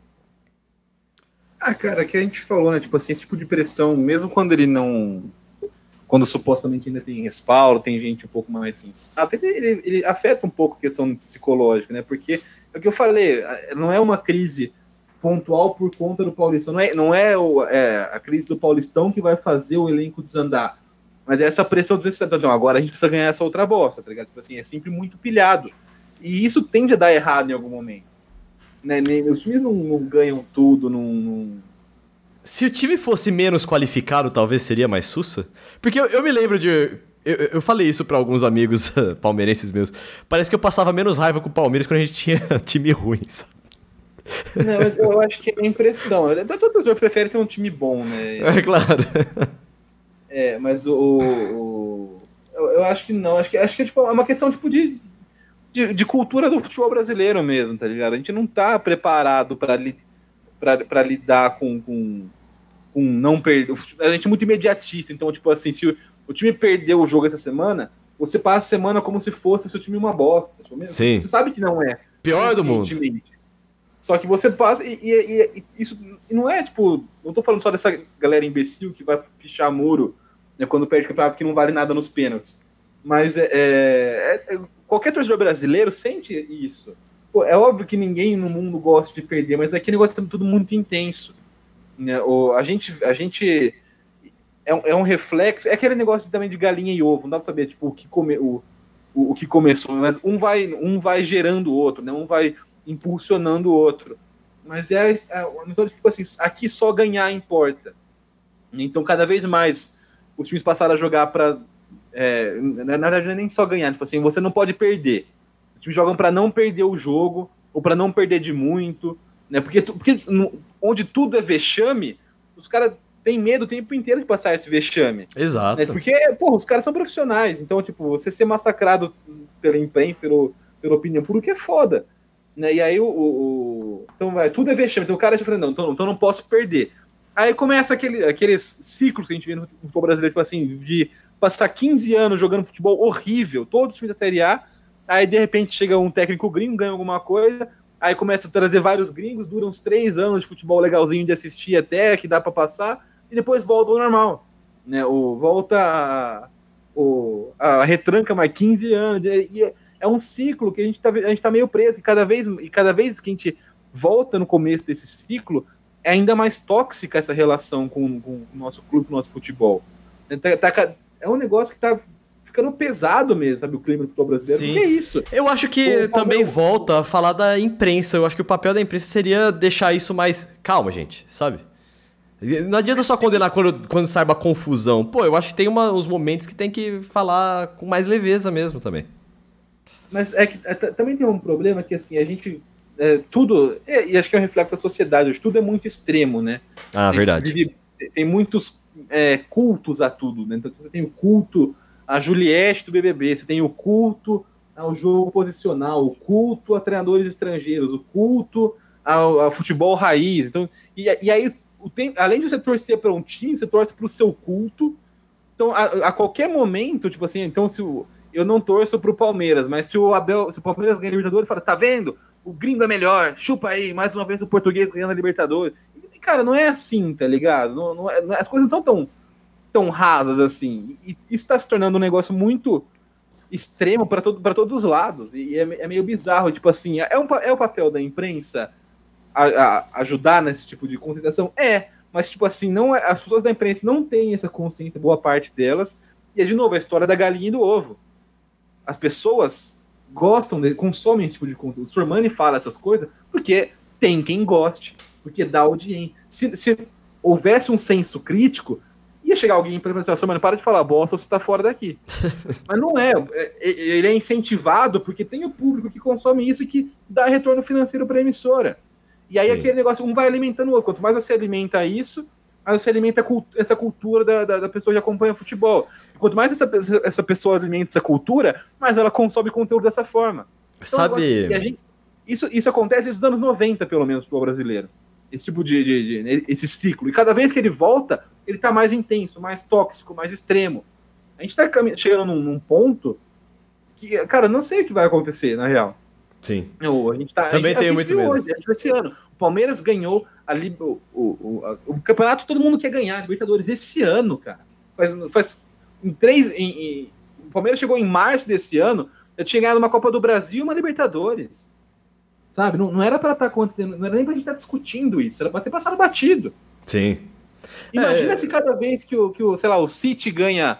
Ah, cara, que a gente falou, né? Tipo assim, esse tipo de pressão, mesmo quando ele não... quando supostamente ainda tem respaldo, tem gente um pouco mais sensata, ele, ele, ele afeta um pouco a questão psicológica, né? Porque, é o que eu falei, não é uma crise pontual por conta do Paulistão. Não é, não é, o, é a crise do Paulistão que vai fazer o elenco desandar. Mas é essa pressão desnecessária. Então, agora a gente precisa ganhar essa outra bosta, tá ligado? Tipo assim, é sempre muito pilhado. E isso tende a dar errado em algum momento. Né? Os times não, não ganham tudo, não, não... Se o time fosse menos qualificado, talvez seria mais sussa? Porque eu, eu me lembro de... Eu, eu falei isso pra alguns amigos palmeirenses meus. Parece que eu passava menos raiva com o Palmeiras quando a gente tinha time ruim, sabe? Não, mas eu acho que é a impressão. Todo pessoa prefere ter um time bom, né? É claro. É, mas o... o eu, eu acho que não. Acho que, acho que é, tipo, é uma questão tipo de, de, de cultura do futebol brasileiro mesmo, tá ligado? A gente não tá preparado pra, li, pra, pra lidar com, com, com não perder. A gente é muito imediatista. Então, tipo assim, se o o time perdeu o jogo essa semana, você passa a semana como se fosse seu time uma bosta. Sim. Você sabe que não é. Pior do mundo. Só que você passa e, e, e isso e não é, tipo... Não tô falando só dessa galera imbecil que vai pichar muro, né, quando perde campeonato que não vale nada nos pênaltis. Mas é, é, é, qualquer torcedor brasileiro sente isso. Pô, é óbvio que ninguém no mundo gosta de perder, mas aqui o negócio é tudo muito intenso. Né? O, a gente... A gente É um, é um reflexo, é aquele negócio de, também de galinha e ovo, não dá pra saber tipo, o, que come, o, o, o que começou, mas um vai, um vai gerando o outro, né? Um vai impulsionando o outro. Mas é, é tipo assim, aqui só ganhar importa. Então, cada vez mais os times passaram a jogar para. É, na verdade, não é nem só ganhar, tipo assim, você não pode perder. Os times jogam para não perder o jogo, ou para não perder de muito, né? Porque, porque no, onde tudo é vexame, os caras tem medo o tempo inteiro de passar esse vexame. Exato. Né? Porque, porra, os caras são profissionais. Então, tipo, você ser massacrado pela imprensa, pelo, pela opinião pública é foda. Né? E aí, o, o... Então, vai, tudo é vexame. Então, o cara já falando, não, então, então não posso perder. Aí começa aquele, aqueles ciclos que a gente vê no futebol brasileiro, tipo assim, de passar quinze anos jogando futebol horrível, todos os times da Série A, aí, de repente, chega um técnico gringo, ganha alguma coisa, aí começa a trazer vários gringos, dura uns três anos de futebol legalzinho de assistir até, que dá pra passar, e depois volta ao normal, né? O, volta a, o, a retranca mais quinze anos, e é, é um ciclo que a gente, tá, a gente tá meio preso, e cada, vez, e cada vez que a gente volta no começo desse ciclo, é ainda mais tóxica essa relação com, com o nosso clube, com o nosso futebol. Tá, tá, é um negócio que tá ficando pesado mesmo, sabe, o clima do futebol brasileiro. Sim. O que é isso? Eu acho que o também Palmeiras... volta a falar da imprensa, eu acho que o papel da imprensa seria deixar isso mais... Calma, gente, sabe? Não adianta só condenar quando, quando saiba a confusão. Pô, eu acho que tem uma, uns momentos que tem que falar com mais leveza mesmo também. Mas é que é, também tem um problema que, assim, a gente... É, tudo... É, e acho que é um reflexo da sociedade hoje. Tudo é muito extremo, né? Ah, verdade. Vive, tem muitos é, cultos a tudo, né? Então você tem o culto a Juliette do B B B, você tem o culto ao jogo posicional, o culto a treinadores estrangeiros, o culto ao, ao futebol raiz. Então, e, e aí... Tem, além de você torcer para um time, você torce para o seu culto. Então, a, a qualquer momento, tipo assim, então se o, eu não torço para o Palmeiras, mas se o Abel, se o Palmeiras ganha a Libertadores, fala, tá vendo? O gringo é melhor, chupa aí, mais uma vez o português ganhando a Libertadores. E, cara, não é assim, tá ligado? Não, não é, não, as coisas não são tão, tão rasas assim. E isso está se tornando um negócio muito extremo para todo, para todos os lados. E é, é meio bizarro, tipo assim, é, um, é o papel da imprensa A, a ajudar nesse tipo de concentração? É, mas tipo assim, não é, as pessoas da imprensa não têm essa consciência, boa parte delas, e é de novo a história da galinha e do ovo. As pessoas gostam, de, consomem esse tipo de conteúdo. O Sormani fala essas coisas porque tem quem goste, porque dá audiência. Se, se houvesse um senso crítico, ia chegar alguém para pensar, Sormani, para de falar bosta, você tá fora daqui. Mas não é, ele é incentivado porque tem o público que consome isso e que dá retorno financeiro para a emissora. E aí Sim. aquele negócio, um vai alimentando o outro. Quanto mais você alimenta isso, mais você alimenta essa cultura da, da, da pessoa que acompanha futebol. Quanto mais essa, essa pessoa alimenta essa cultura, mais ela consome conteúdo dessa forma. Então, Sabe... Negócio, a gente, isso, isso acontece nos anos noventa, pelo menos, pro brasileiro. Esse tipo de, de, de... esse ciclo. E cada vez que ele volta, ele tá mais intenso, mais tóxico, mais extremo. A gente tá chegando num, num ponto que, cara, não sei o que vai acontecer, na real. Sim. A gente tá, Também a gente, tenho a muito medo. Hoje, a gente, esse ano, o Palmeiras ganhou a, o, o, o, o campeonato, todo mundo quer ganhar, Libertadores, esse ano, cara. Faz, faz em três. Em, em, o Palmeiras chegou em março desse ano, eu tinha ganhado uma Copa do Brasil e uma Libertadores. Sabe? Não, não era para estar acontecendo, não era nem pra gente estar discutindo isso, era para ter passado batido. Sim. Imagina é... se cada vez que o, que o, sei lá, o City ganha.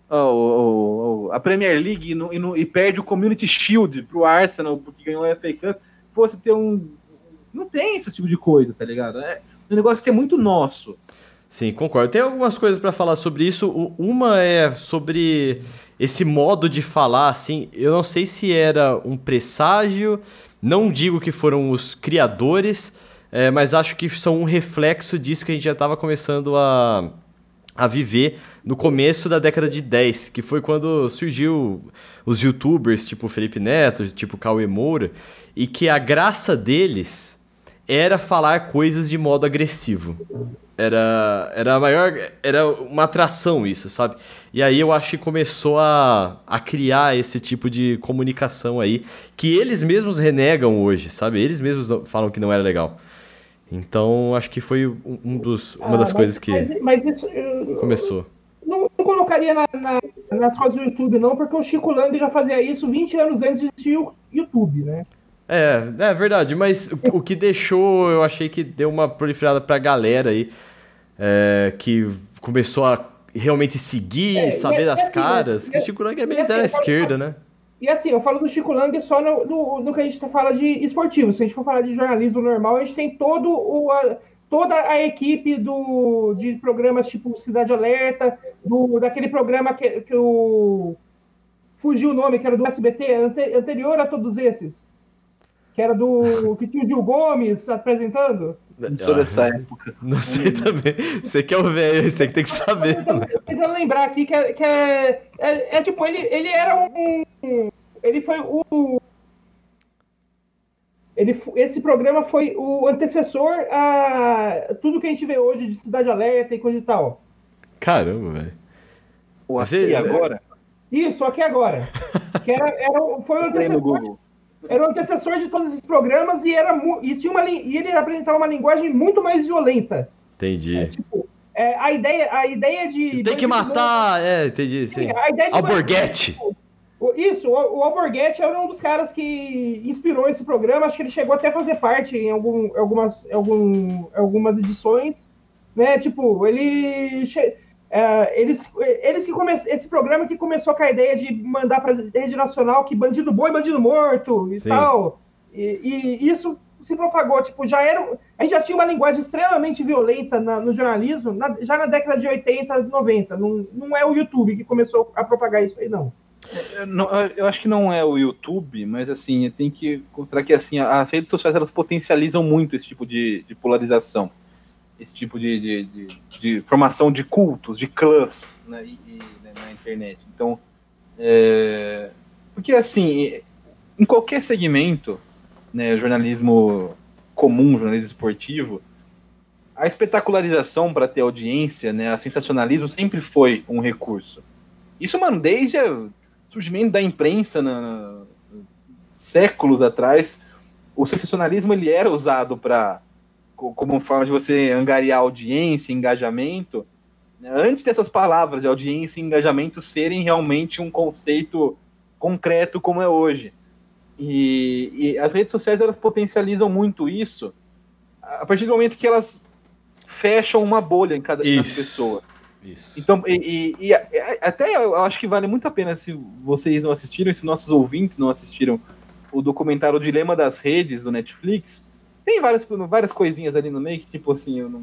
Oh, oh, oh, a Premier League e, no, e, no, e perde o Community Shield pro Arsenal, porque ganhou a F A Cup, fosse ter um... Não tem esse tipo de coisa, tá ligado? É um negócio que é muito nosso. Sim, concordo. Tem algumas coisas para falar sobre isso. Uma é sobre esse modo de falar, assim, eu não sei se era um presságio, não digo que foram os criadores, é, mas acho que são um reflexo disso que a gente já estava começando a, a viver no começo da década de dez, que foi quando surgiu os youtubers, tipo Felipe Neto, tipo Cauê Moura, e que a graça deles era falar coisas de modo agressivo. Era, era a maior, era uma atração isso, sabe? E aí eu acho que começou a, a criar esse tipo de comunicação aí, que eles mesmos renegam hoje, sabe? Eles mesmos falam que não era legal. Então, acho que foi um, um dos, uma das ah, mas, coisas que mas, mas isso, eu, começou. Não, não colocaria na, na, nas coisas do YouTube, não, porque o Chico Lang já fazia isso vinte anos antes de existir o YouTube, né? É, é verdade, mas o, o que deixou, eu achei que deu uma proliferada pra galera aí, é, que começou a realmente seguir, é, saber das assim, caras, né? Que o Chico Lang é meio zero à esquerda, né? E assim, eu falo do Chico Lang só no, no, no que a gente fala de esportivo. Se a gente for falar de jornalismo normal, a gente tem todo o, a, toda a equipe do, de programas tipo Cidade Alerta, do, daquele programa que, que o... fugiu o nome, que era do S B T, ante, anterior a todos esses. Que era do... que tinha o Gil Gomes apresentando. Não sou dessa época. Não sei também. Você que é o velho, você que tem que saber. Eu tô tentando lembrar aqui que é, que é, é, é tipo, ele, ele era um... Ele foi o... Ele, esse programa foi o antecessor a tudo que a gente vê hoje de Cidade Alerta e coisa e tal. Caramba, velho. O Aqui Agora? Isso, Aqui Agora. Que era, era, foi o antecessor... Era o antecessor de todos esses programas e, era, e, tinha uma, e ele apresentava uma linguagem muito mais violenta. Entendi. É, tipo, é, a, ideia, a ideia de... Tem que matar... É, entendi, sim. A ideia de Alborguete. Isso, o, o Alborguete era um dos caras que inspirou esse programa. Acho que ele chegou até a fazer parte em algum, algumas, algum, algumas edições. Né? Tipo, ele... Che... É, eles, eles que come... esse programa que começou com a ideia de mandar para a rede nacional que bandido bom e bandido morto e Sim. tal, e, e isso se propagou, tipo, já era, a gente já tinha uma linguagem extremamente violenta na, no jornalismo, na, já na década de oitenta, noventa, não, não é o YouTube que começou a propagar isso aí, não. Eu, não, eu acho que não é o YouTube, mas assim, tem que considerar que assim, as redes sociais elas potencializam muito esse tipo de, de polarização. Esse tipo de, de, de, de formação de cultos, de clãs, né, e, e, né, na internet. Então, é, porque assim, em qualquer segmento, né, jornalismo comum, jornalismo esportivo, a espetacularização para ter audiência, né, a sensacionalismo sempre foi um recurso. Isso, mano, desde o surgimento da imprensa, na, na, séculos atrás, o sensacionalismo ele era usado para como forma de você angariar audiência, engajamento, né? Antes dessas palavras de audiência e engajamento serem realmente um conceito concreto como é hoje. E, e as redes sociais elas potencializam muito isso a partir do momento que elas fecham uma bolha em cada isso, pessoa. Isso. Então, e, e, e até eu acho que vale muito a pena se vocês não assistiram, se nossos ouvintes não assistiram o documentário O Dilema das Redes do Netflix. Tem várias, várias coisinhas ali no meio que, tipo assim, eu não,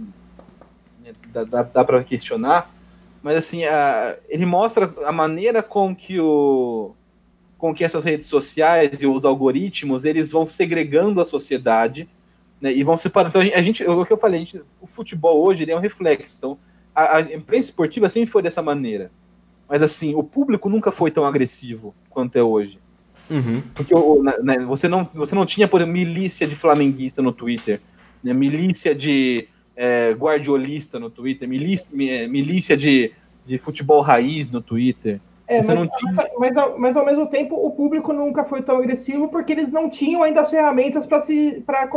dá, dá, dá para questionar, mas assim, a, ele mostra a maneira com que, o, com que essas redes sociais e os algoritmos, eles vão segregando a sociedade, né, e vão separando. Então, a gente, a gente, o que eu falei, a gente, o futebol hoje ele é um reflexo, então a, a imprensa esportiva sempre foi dessa maneira, mas assim, o público nunca foi tão agressivo quanto é hoje. Uhum. Porque né, você, não, você não tinha, por exemplo, milícia de flamenguista no Twitter, né, milícia de é, guardiolista no Twitter, milícia, milícia de, de futebol raiz no Twitter. É, você mas, não tinha... mas, mas, ao, mas ao mesmo tempo o público nunca foi tão agressivo porque eles não tinham ainda as ferramentas para se para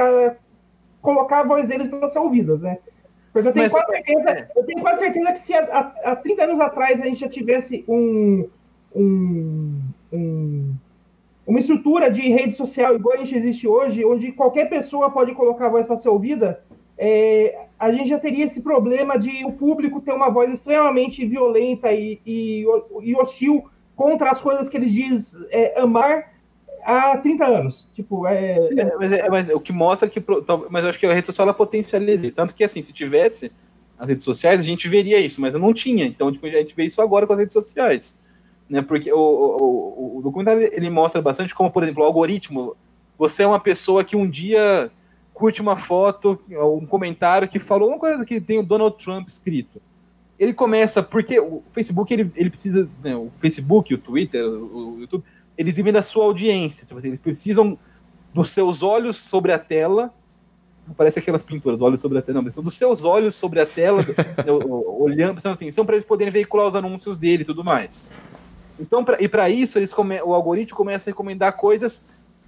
colocar a voz deles para ser ouvidas, né? Porque eu tenho, mas, quase certeza, é. eu tenho quase certeza que se há, há trinta anos atrás a gente já tivesse um, um, um, uma estrutura de rede social igual a gente existe hoje, onde qualquer pessoa pode colocar a voz para ser ouvida, é, a gente já teria esse problema de o público ter uma voz extremamente violenta e, e, e hostil contra as coisas que ele diz é, amar há trinta anos. Tipo, é... Sim, mas, é, mas o que mostra que... Mas eu acho que a rede social ela potencializa isso. Tanto que, assim, se tivesse as redes sociais, a gente veria isso, mas não tinha. Então, tipo, a gente vê isso agora com as redes sociais. né? Porque o, o, o documentário ele mostra bastante como, por exemplo, o algoritmo. Você é uma pessoa que um dia curte uma foto, um comentário que falou uma coisa que tem o Donald Trump escrito. Ele começa, porque o Facebook, ele, ele precisa, né, o Facebook, o Twitter, o, o YouTube, eles vivem da sua audiência, tipo assim, eles precisam dos seus olhos sobre a tela, não parece aquelas pinturas, olhos sobre a tela, não, mas são dos seus olhos sobre a tela, olhando, prestando atenção, para eles poderem veicular os anúncios dele e tudo mais. Então, pra, e para isso, eles come, o algoritmo começa a recomendar coisas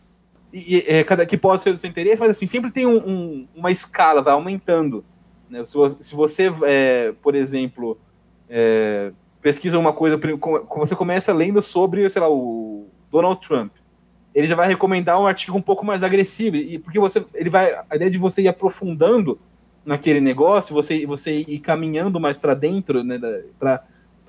e, e, é, cada, que podem ser do seu interesse, mas assim, sempre tem um, um, uma escala, vai aumentando. Né? Se, se você, é, por exemplo, é, pesquisa uma coisa, você começa lendo sobre, sei lá, o Donald Trump, ele já vai recomendar um artigo um pouco mais agressivo, e porque você, ele vai, a ideia de você ir aprofundando naquele negócio, você, você ir caminhando mais para dentro, né, para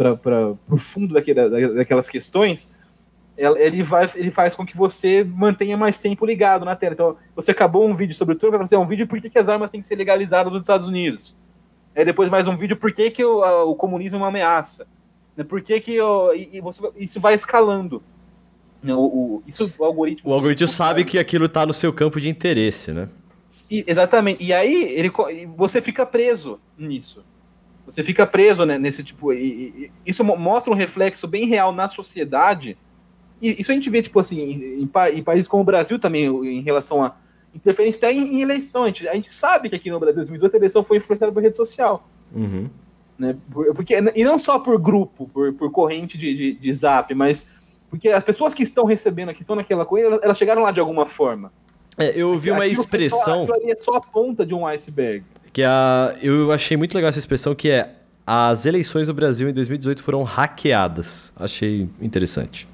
o fundo daquele, daquelas questões, ele, vai, ele faz com que você mantenha mais tempo ligado na tela. Então, você acabou um vídeo sobre o Trump, vai fazer um vídeo por que, que as armas têm que ser legalizadas nos Estados Unidos. Aí depois mais um vídeo por que, que o, a, o comunismo é uma ameaça. Por que que o, e, e você, isso vai escalando. O, o, isso, o algoritmo... O algoritmo sabe que aquilo está no seu campo de interesse, né? E, exatamente. E aí ele, você fica preso nisso. Você fica preso, né, nesse tipo... E, e, isso mostra um reflexo bem real na sociedade. E isso a gente vê, tipo assim, em, em países como o Brasil também, em relação a interferência até em, em eleição. A gente, a gente sabe que aqui no Brasil, em dois mil e dezoito, a eleição foi influenciada por rede social. Uhum. Né? Porque, e não só por grupo, por, por corrente de, de, de zap, mas porque as pessoas que estão recebendo, que estão naquela coisa, elas, elas chegaram lá de alguma forma. É, eu ouvi uma expressão... Aquilo ali é só a ponta de um iceberg. Que a, eu achei muito legal essa expressão, que é: as eleições do Brasil em dois mil e dezoito foram hackeadas. Achei interessante.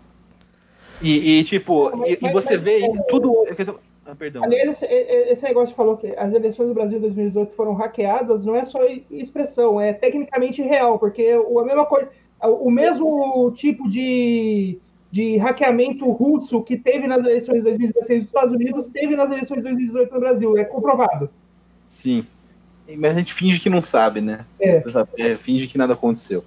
E, e tipo, mas, e, mas, e você mas, vê mas, tudo... Ah, perdão. Aliás, esse, esse negócio que falou que as eleições do Brasil em dois mil e dezoito foram hackeadas, não é só expressão, é tecnicamente real, porque a mesma coisa, o mesmo tipo de, de hackeamento russo que teve nas eleições de dois mil e dezesseis dos Estados Unidos, teve nas eleições de dois mil e dezoito no Brasil, é comprovado. Sim, mas a gente finge que não sabe, né? É. É, finge que nada aconteceu.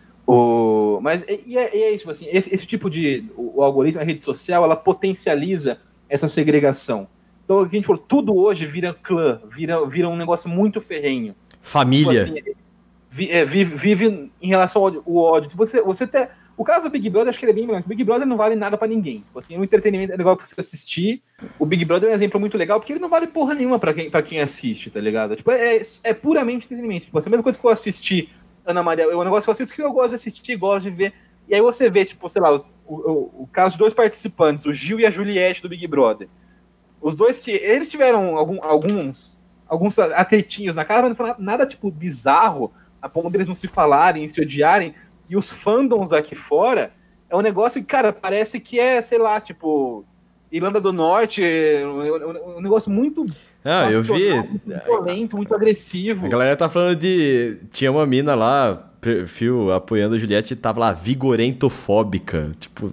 O... Mas e é, é isso, assim, esse, esse tipo de... O, o algoritmo, a rede social, ela potencializa essa segregação. Então, o que a gente falou, tudo hoje vira clã, vira, vira um negócio muito ferrenho. Família. Tipo assim, vi, é, vive, vive em relação ao ódio. O, ódio. Tipo, você, você te... o caso do Big Brother, acho que ele é bem melhor. O Big Brother não vale nada pra ninguém. Tipo assim, é um entretenimento, é legal pra você assistir. O Big Brother é um exemplo muito legal, porque ele não vale porra nenhuma pra quem, pra quem assiste, tá ligado? Tipo, é, é puramente entretenimento. Tipo, assim, a mesma coisa que eu assisti Ana Maria, é um negócio que eu assisto que eu gosto de assistir, gosto de ver. E aí você vê, tipo, sei lá, o, o, o caso de dois participantes, o Gil e a Juliette do Big Brother. Os dois que... Eles tiveram algum, alguns, alguns atritinhos na cara, mas não foi nada, tipo, bizarro, a ponto deles não se falarem, se odiarem. E os fandoms aqui fora é um negócio que, cara, parece que é, sei lá, tipo... Irlanda do Norte, um, um negócio muito... Ah, eu vi... Muito violento, muito agressivo. A galera tá falando de... Tinha uma mina lá, perfil, apoiando a Juliette, e tava lá, vigorentofóbica. Tipo...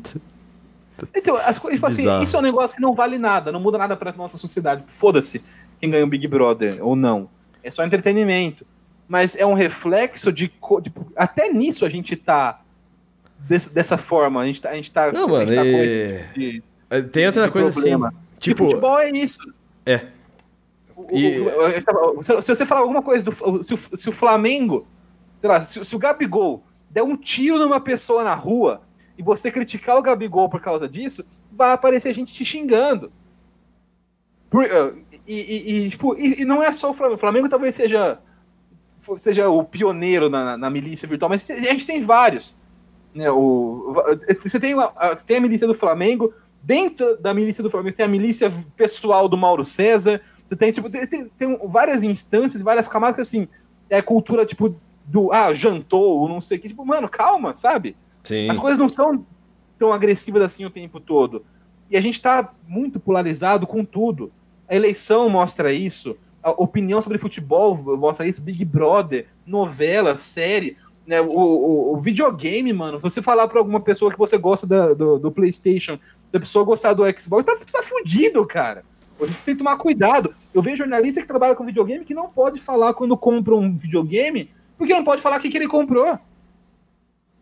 Então, as coisas, tipo assim, isso é um negócio que não vale nada, não muda nada pra nossa sociedade. Foda-se quem ganha o Big Brother ou não. É só entretenimento. Mas é um reflexo de... de até nisso a gente tá desse, dessa forma. A gente tá, a gente tá, não, mano, a gente tá e... com esse tipo de... Tem outra coisa problema. Assim, tipo... E futebol é isso. É. E... O, o, se, se você falar alguma coisa, do, se, o, se o Flamengo, sei lá, se, se o Gabigol der um tiro numa pessoa na rua e você criticar o Gabigol por causa disso, vai aparecer gente te xingando. Por, e, e, e, tipo, e, e não é só o Flamengo. O Flamengo talvez seja, seja o pioneiro na, na milícia virtual, mas a gente tem vários. Né? O, você, tem uma, você tem a milícia do Flamengo. Dentro da milícia do Flamengo tem a milícia pessoal do Mauro César. Você tem, tipo, tem, tem várias instâncias, várias camadas, assim, é cultura, tipo, do, ah, jantou, não sei o que. Tipo, mano, calma, sabe? Sim. As coisas não são tão agressivas assim o tempo todo. E a gente tá muito polarizado com tudo. A eleição mostra isso, a opinião sobre futebol mostra isso, Big Brother, novela, série... Né, o, o, o videogame, mano, você falar pra alguma pessoa que você gosta da, do, do PlayStation, se a pessoa gostar do Xbox, tá, tá fudido, cara. A gente tem que tomar cuidado. Eu vejo jornalista que trabalha com videogame que não pode falar quando compra um videogame, porque não pode falar o que, que ele comprou.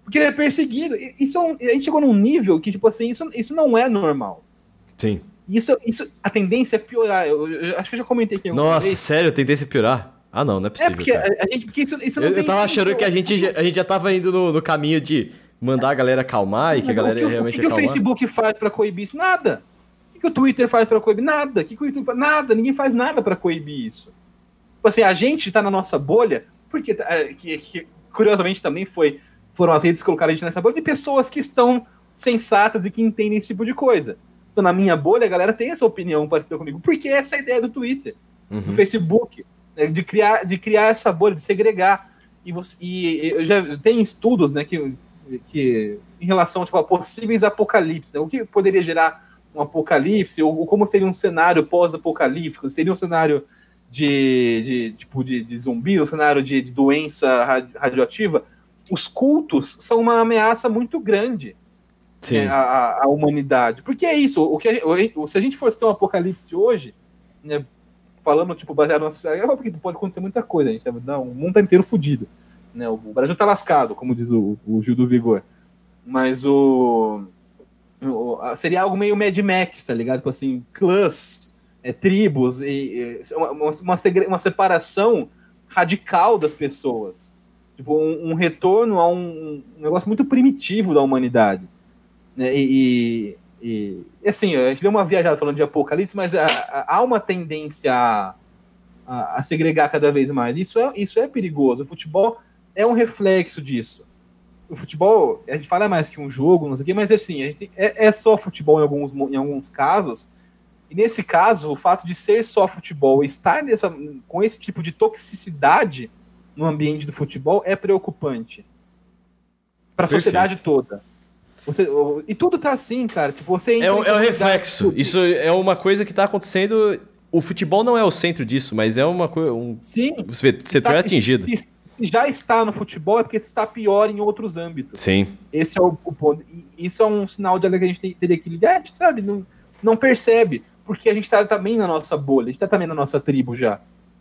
Porque ele é perseguido. Isso é um, a gente chegou num nível que, tipo assim, isso, isso não é normal. Sim. Isso, isso, a tendência é piorar. Eu, eu acho que eu já comentei aqui. Nossa, vez. Sério? A tendência é piorar? Ah, não, não é possível. É porque, a, a gente, porque isso, isso não eu, tem... Eu tava achando que a gente, a gente já tava indo no, no caminho de mandar a galera acalmar e Mas que a galera o que, realmente O que, que o Facebook faz pra coibir isso? Nada. O que, que o Twitter faz pra coibir? Nada. O que, que o YouTube faz? Nada. Ninguém faz nada pra coibir isso. Tipo assim, a gente tá na nossa bolha, porque que, que, curiosamente também foi, foram as redes que colocaram a gente nessa bolha de pessoas que estão sensatas e que entendem esse tipo de coisa. Então, na minha bolha, a galera tem essa opinião parecida comigo, porque essa é a ideia do Twitter, uhum. do Facebook, né, de, criar, de criar essa bolha, de segregar. E, você, e eu já tem estudos, né, que, que em relação tipo, a possíveis apocalipses, né, o que poderia gerar um apocalipse, ou, ou como seria um cenário pós-apocalíptico, seria um cenário de, de, tipo, de, de zumbi, um cenário de, de doença radioativa. Os cultos são uma ameaça muito grande. Né, a, a humanidade. Porque é isso, o que o, se a gente fosse ter um apocalipse hoje, né, falando tipo, baseado na sociedade, é porque pode acontecer muita coisa, a gente tá, não, o mundo tá inteiro fodido. Né, o Brasil tá lascado, como diz o, o Gil do Vigor. Mas o, o seria algo meio Mad Max, tá ligado? Tipo assim, clãs, é, tribos, e, e, uma, uma, uma separação radical das pessoas. Tipo, um, um retorno a um, um negócio muito primitivo da humanidade. Né, e, e, e assim, a gente deu uma viajada falando de apocalipse, mas a, a, há uma tendência a, a, a segregar cada vez mais. Isso é, isso é perigoso. O futebol é um reflexo disso. O futebol, a gente fala mais que um jogo, não sei o quê, mas assim, a gente, é, é só futebol em alguns, em alguns casos. E nesse caso, o fato de ser só futebol, estar nessa, com esse tipo de toxicidade no ambiente do futebol é preocupante para a sociedade toda. Você, e tudo tá assim, cara. Tipo, você é um, é um reflexo. Tudo. Isso é uma coisa que tá acontecendo. O futebol não é o centro disso, mas é uma coisa. Um, Sim. Você, você está, é atingido. Se, se já está no futebol, é porque está pior em outros âmbitos. Sim. Esse é o, o ponto. E isso é um sinal de alerta que a gente tem, teria que ligar, a gente sabe? Não, não percebe. Porque a gente tá também na nossa bolha, a gente tá também na nossa tribo já.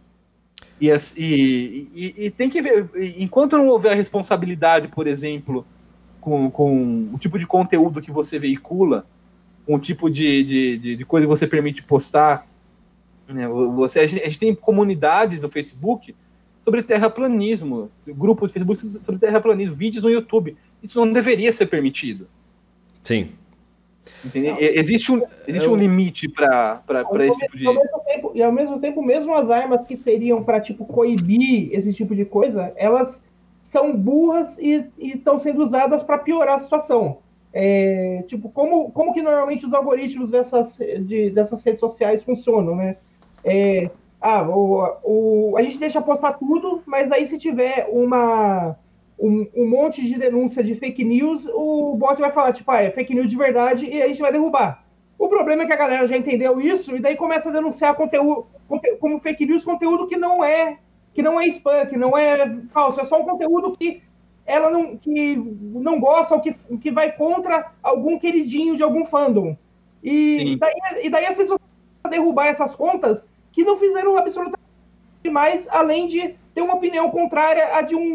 E, e, e, e tem que ver. Enquanto não houver a responsabilidade, por exemplo. Com, com o tipo de conteúdo que você veicula, com o tipo de, de, de, de coisa que você permite postar. Né? Você, a, gente, a gente tem comunidades no Facebook sobre terraplanismo, grupos de Facebook sobre terraplanismo, vídeos no YouTube. Isso não deveria ser permitido. Sim. Entendeu? Existe um, existe um limite para esse tipo de... Ao mesmo tempo, e ao mesmo tempo, mesmo as armas que teriam para tipo, coibir esse tipo de coisa, elas... são burras e estão sendo usadas para piorar a situação. É, tipo, como, como que normalmente os algoritmos dessas, de, dessas redes sociais funcionam, né? É, ah, o, o, a gente deixa postar tudo, mas aí se tiver uma, um, um monte de denúncia de fake news, o bot vai falar, tipo, ah, é fake news de verdade e a gente vai derrubar. O problema é que a galera já entendeu isso e daí começa a denunciar conteúdo, conte, como fake news, conteúdo que não é que não é spam, que não é falso, é só um conteúdo que ela não, que não gosta ou que, que vai contra algum queridinho de algum fandom. E daí, e daí, às vezes, você vai derrubar essas contas que não fizeram absolutamente mais, além de ter uma opinião contrária à de um,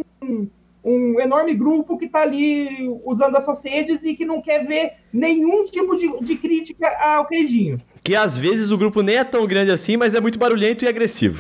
um enorme grupo que está ali usando essas redes e que não quer ver nenhum tipo de, de crítica ao queridinho. Que às vezes o grupo nem é tão grande assim, mas é muito barulhento e agressivo.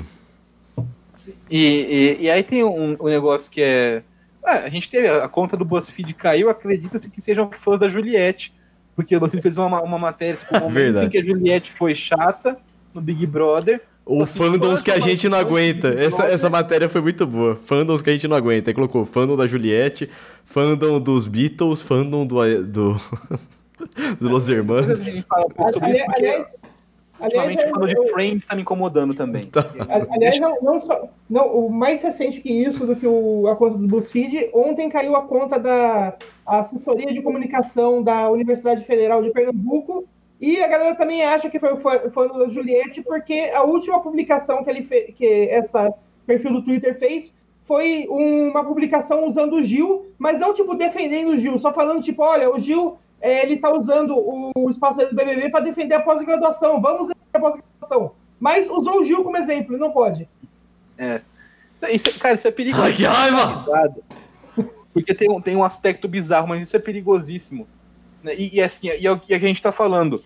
E, e, e aí tem um, um negócio que é... Ah, a gente teve a conta do BuzzFeed caiu, acredita-se que sejam fãs da Juliette, porque o BuzzFeed fez uma, uma matéria tipo, um momento em que a Juliette foi chata no Big Brother. Ou assim, fandoms que a gente não aguenta. Essa, essa matéria foi muito boa. Fandoms que a gente não aguenta. Aí colocou fandom da Juliette, fandom dos Beatles, fandom do... do... dos Los Hermanos. A gente fala um pouco sobre isso, porque... Ultimamente o fandom de Friends está me incomodando também. Tá. Aliás, não, não só, não, o mais recente que isso, do que o, a conta do BuzzFeed, ontem caiu a conta da assessoria de comunicação da Universidade Federal de Pernambuco, e a galera também acha que foi o fandom da Juliette, porque a última publicação que, ele fe, que essa perfil do Twitter fez foi uma publicação usando o Gil, mas não tipo defendendo o Gil, só falando tipo, olha, o Gil... É, ele está usando o espaço do B B B para defender a pós-graduação. Vamos defender a pós-graduação. Mas usou o Gil como exemplo, não pode. É. Isso, cara, isso é perigoso. Ai, que raiva! Porque tem um, tem um aspecto bizarro, mas isso é perigosíssimo. Né? E, e assim, e é o que a gente está falando.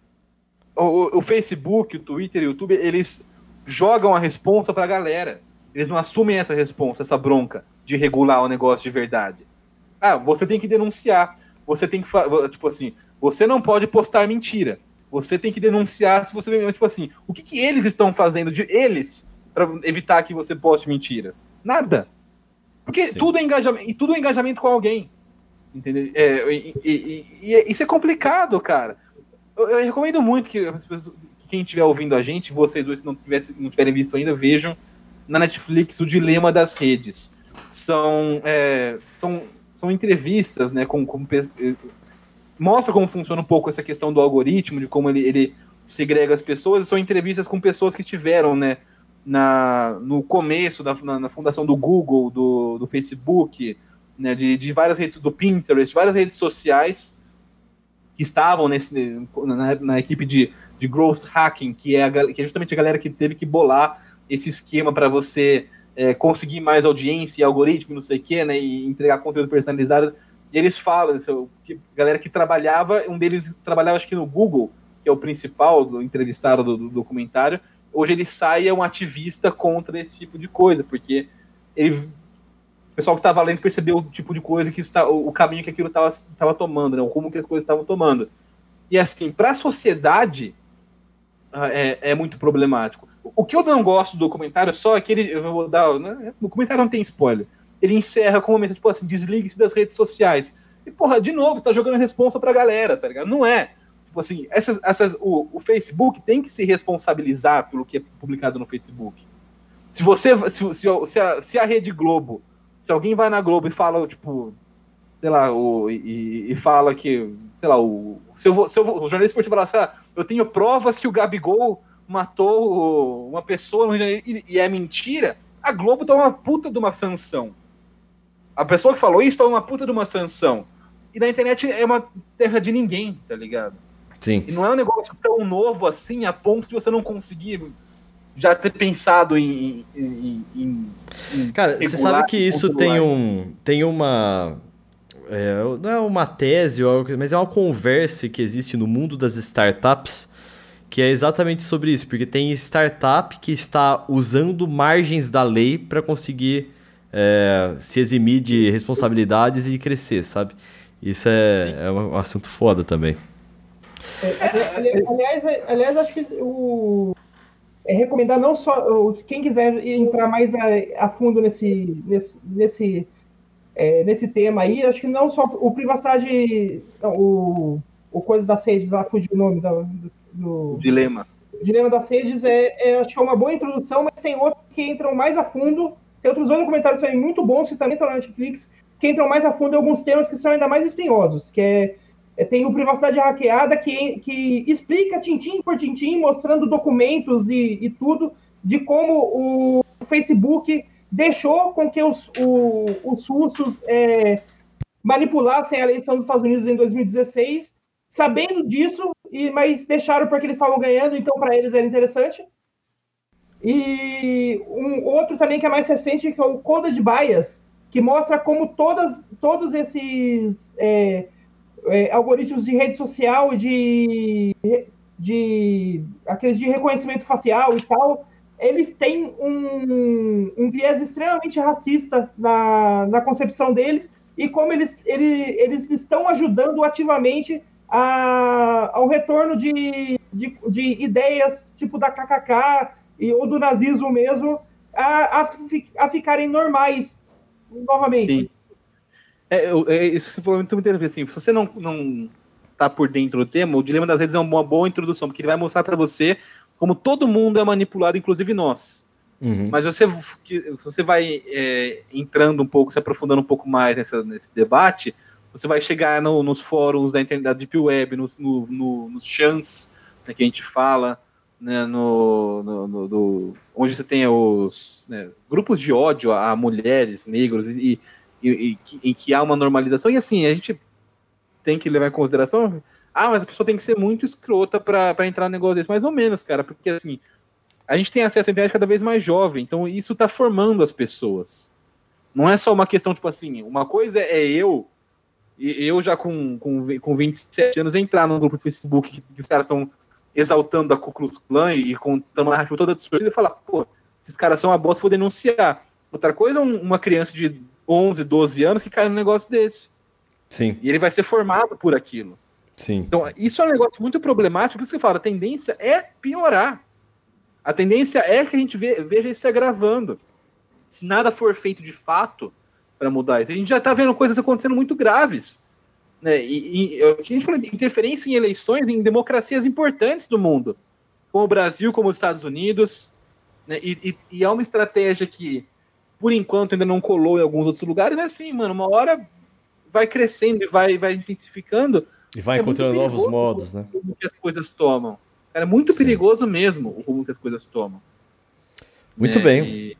O, o Facebook, o Twitter e o YouTube, eles jogam a responsa pra galera. Eles não assumem essa responsa, essa bronca de regular o negócio de verdade. Ah, você tem que denunciar. Você tem que... Tipo assim, você não pode postar mentira. Você tem que denunciar se você... Tipo assim, o que, que eles estão fazendo de eles para evitar que você poste mentiras? Nada. Porque tudo é engajamento, e tudo é engajamento com alguém. Entendeu? É, e, e, e, e isso é complicado, cara. Eu, eu recomendo muito que, as pessoas, que quem estiver ouvindo a gente, vocês dois, se não, tivesse, não tiverem visto ainda, vejam na Netflix O Dilema das Redes. São, é, são, são entrevistas, né, com, com, mostra como funciona um pouco essa questão do algoritmo, de como ele, ele segrega as pessoas. São entrevistas com pessoas que estiveram, né, na, no começo, da, na, na fundação do Google, do, do Facebook, né, de, de várias redes, do Pinterest, várias redes sociais que estavam nesse, na, na equipe de, de growth hacking, que é, a, que é justamente a galera que teve que bolar esse esquema para você é, conseguir mais audiência e algoritmo, não sei o quê, né, e entregar conteúdo personalizado. E eles falam, que a galera que trabalhava, um deles trabalhava acho que no Google, que é o principal do entrevistado do, do documentário. Hoje ele sai é um ativista contra esse tipo de coisa, porque ele, o pessoal que estava lendo percebeu o tipo de coisa, que está, o caminho que aquilo estava tomando, né, o rumo que as coisas estavam tomando. E assim, para a sociedade é, é muito problemático. O que eu não gosto do documentário só é que ele, eu vou dar, né, no documentário não tem spoiler, ele encerra com uma mensagem, tipo assim, desligue-se das redes sociais. E, porra, de novo, tá jogando a responsa pra galera, tá ligado? Não é. Tipo assim, essas, essas, o, o Facebook tem que se responsabilizar pelo que é publicado no Facebook. Se você, se, se, se, a, se a Rede Globo, se alguém vai na Globo e fala, tipo, sei lá, o, e, e fala que, sei lá, o, se, eu vou, se eu vou, o jornalista esportivo fala assim, ah, eu tenho provas que o Gabigol matou uma pessoa e, e é mentira, a Globo toma uma puta de uma sanção. A pessoa que falou isso toma uma puta de uma sanção. E na internet é uma terra de ninguém, tá ligado? Sim. E não é um negócio tão novo assim, a ponto de você não conseguir já ter pensado em... em, em, em Cara, você sabe que isso tem, um, tem uma... É, não é uma tese, mas é uma conversa que existe no mundo das startups, que é exatamente sobre isso. Porque tem startup que está usando margens da lei para conseguir é, se eximir de responsabilidades e crescer, sabe? Isso é, é um assunto foda também. É, aliás, aliás, acho que o, é recomendar não só... Quem quiser entrar mais a, a fundo nesse, nesse, nesse, é, nesse tema aí, acho que não só o privacidade... Não, o, o coisa das redes, lá fugiu o nome do... do Dilema. O Dilema das Redes é, é, acho que é uma boa introdução, mas tem outros que entram mais a fundo. Tem outros dois documentários aí muito bons, que também estão na Netflix, que entram mais a fundo em alguns temas que são ainda mais espinhosos, que é, é tem o Privacidade Hackeada, que, que explica tintim por tintim, mostrando documentos e, e tudo, de como o Facebook deixou com que os, o, os russos é, manipulassem a eleição dos Estados Unidos em dois mil e dezesseis, sabendo disso, e, mas deixaram porque eles estavam ganhando, então para eles era interessante. E um outro também que é mais recente, que é o Coded Bias, que mostra como todas, todos esses é, é, algoritmos de rede social, de, de, aqueles de reconhecimento facial e tal, eles têm um, um viés extremamente racista na, na concepção deles, e como eles, eles, eles estão ajudando ativamente a, ao retorno de, de, de ideias tipo da K K K e, ou do nazismo mesmo, a, a, a ficarem normais novamente. Sim. É, é, isso que você falou muito interessante. Assim, se você não, não tá por dentro do tema, o Dilema das Redes é uma boa introdução, porque ele vai mostrar para você como todo mundo é manipulado, inclusive nós. Uhum. Mas você, você vai é, entrando um pouco, se aprofundando um pouco mais nessa, nesse debate, você vai chegar no, nos fóruns da internet, da Deep Web, nos, no, no, nos chans, né, que a gente fala, né, no, no, no, do, onde você tem os né, grupos de ódio a, a mulheres, negros, e, e, e, e em que há uma normalização. E assim, a gente tem que levar em consideração, ah, mas a pessoa tem que ser muito escrota para entrar no negócio desse. Mais ou menos, cara, porque assim, a gente tem acesso à internet cada vez mais jovem, então isso está formando as pessoas. Não é só uma questão, tipo assim, uma coisa é eu, e eu já com, com, com vinte e sete anos, entrar num grupo do Facebook que, que os caras estão exaltando a Ku Klux Klan e contando a narrativa toda distorcida e falar, pô, esses caras são uma bosta, vou denunciar. Outra coisa é um, uma criança de onze, doze anos que cai num negócio desse. Sim. E ele vai ser formado por aquilo. Sim. Então, isso é um negócio muito problemático, por isso que eu falo, a tendência é piorar. A tendência é que a gente ve, veja isso se agravando. Se nada for feito de fato para mudar isso, a gente já está vendo coisas acontecendo muito graves. Né? E, e a gente falou de interferência em eleições em democracias importantes do mundo, como o Brasil, como os Estados Unidos. Né? E, e, e é uma estratégia que, por enquanto, ainda não colou em alguns outros lugares, mas assim, mano, uma hora vai crescendo e vai, vai intensificando. E vai é encontrando novos modos, né? O rumo que as coisas tomam. É muito Sim. perigoso mesmo o rumo que as coisas tomam. Muito né? bem. E,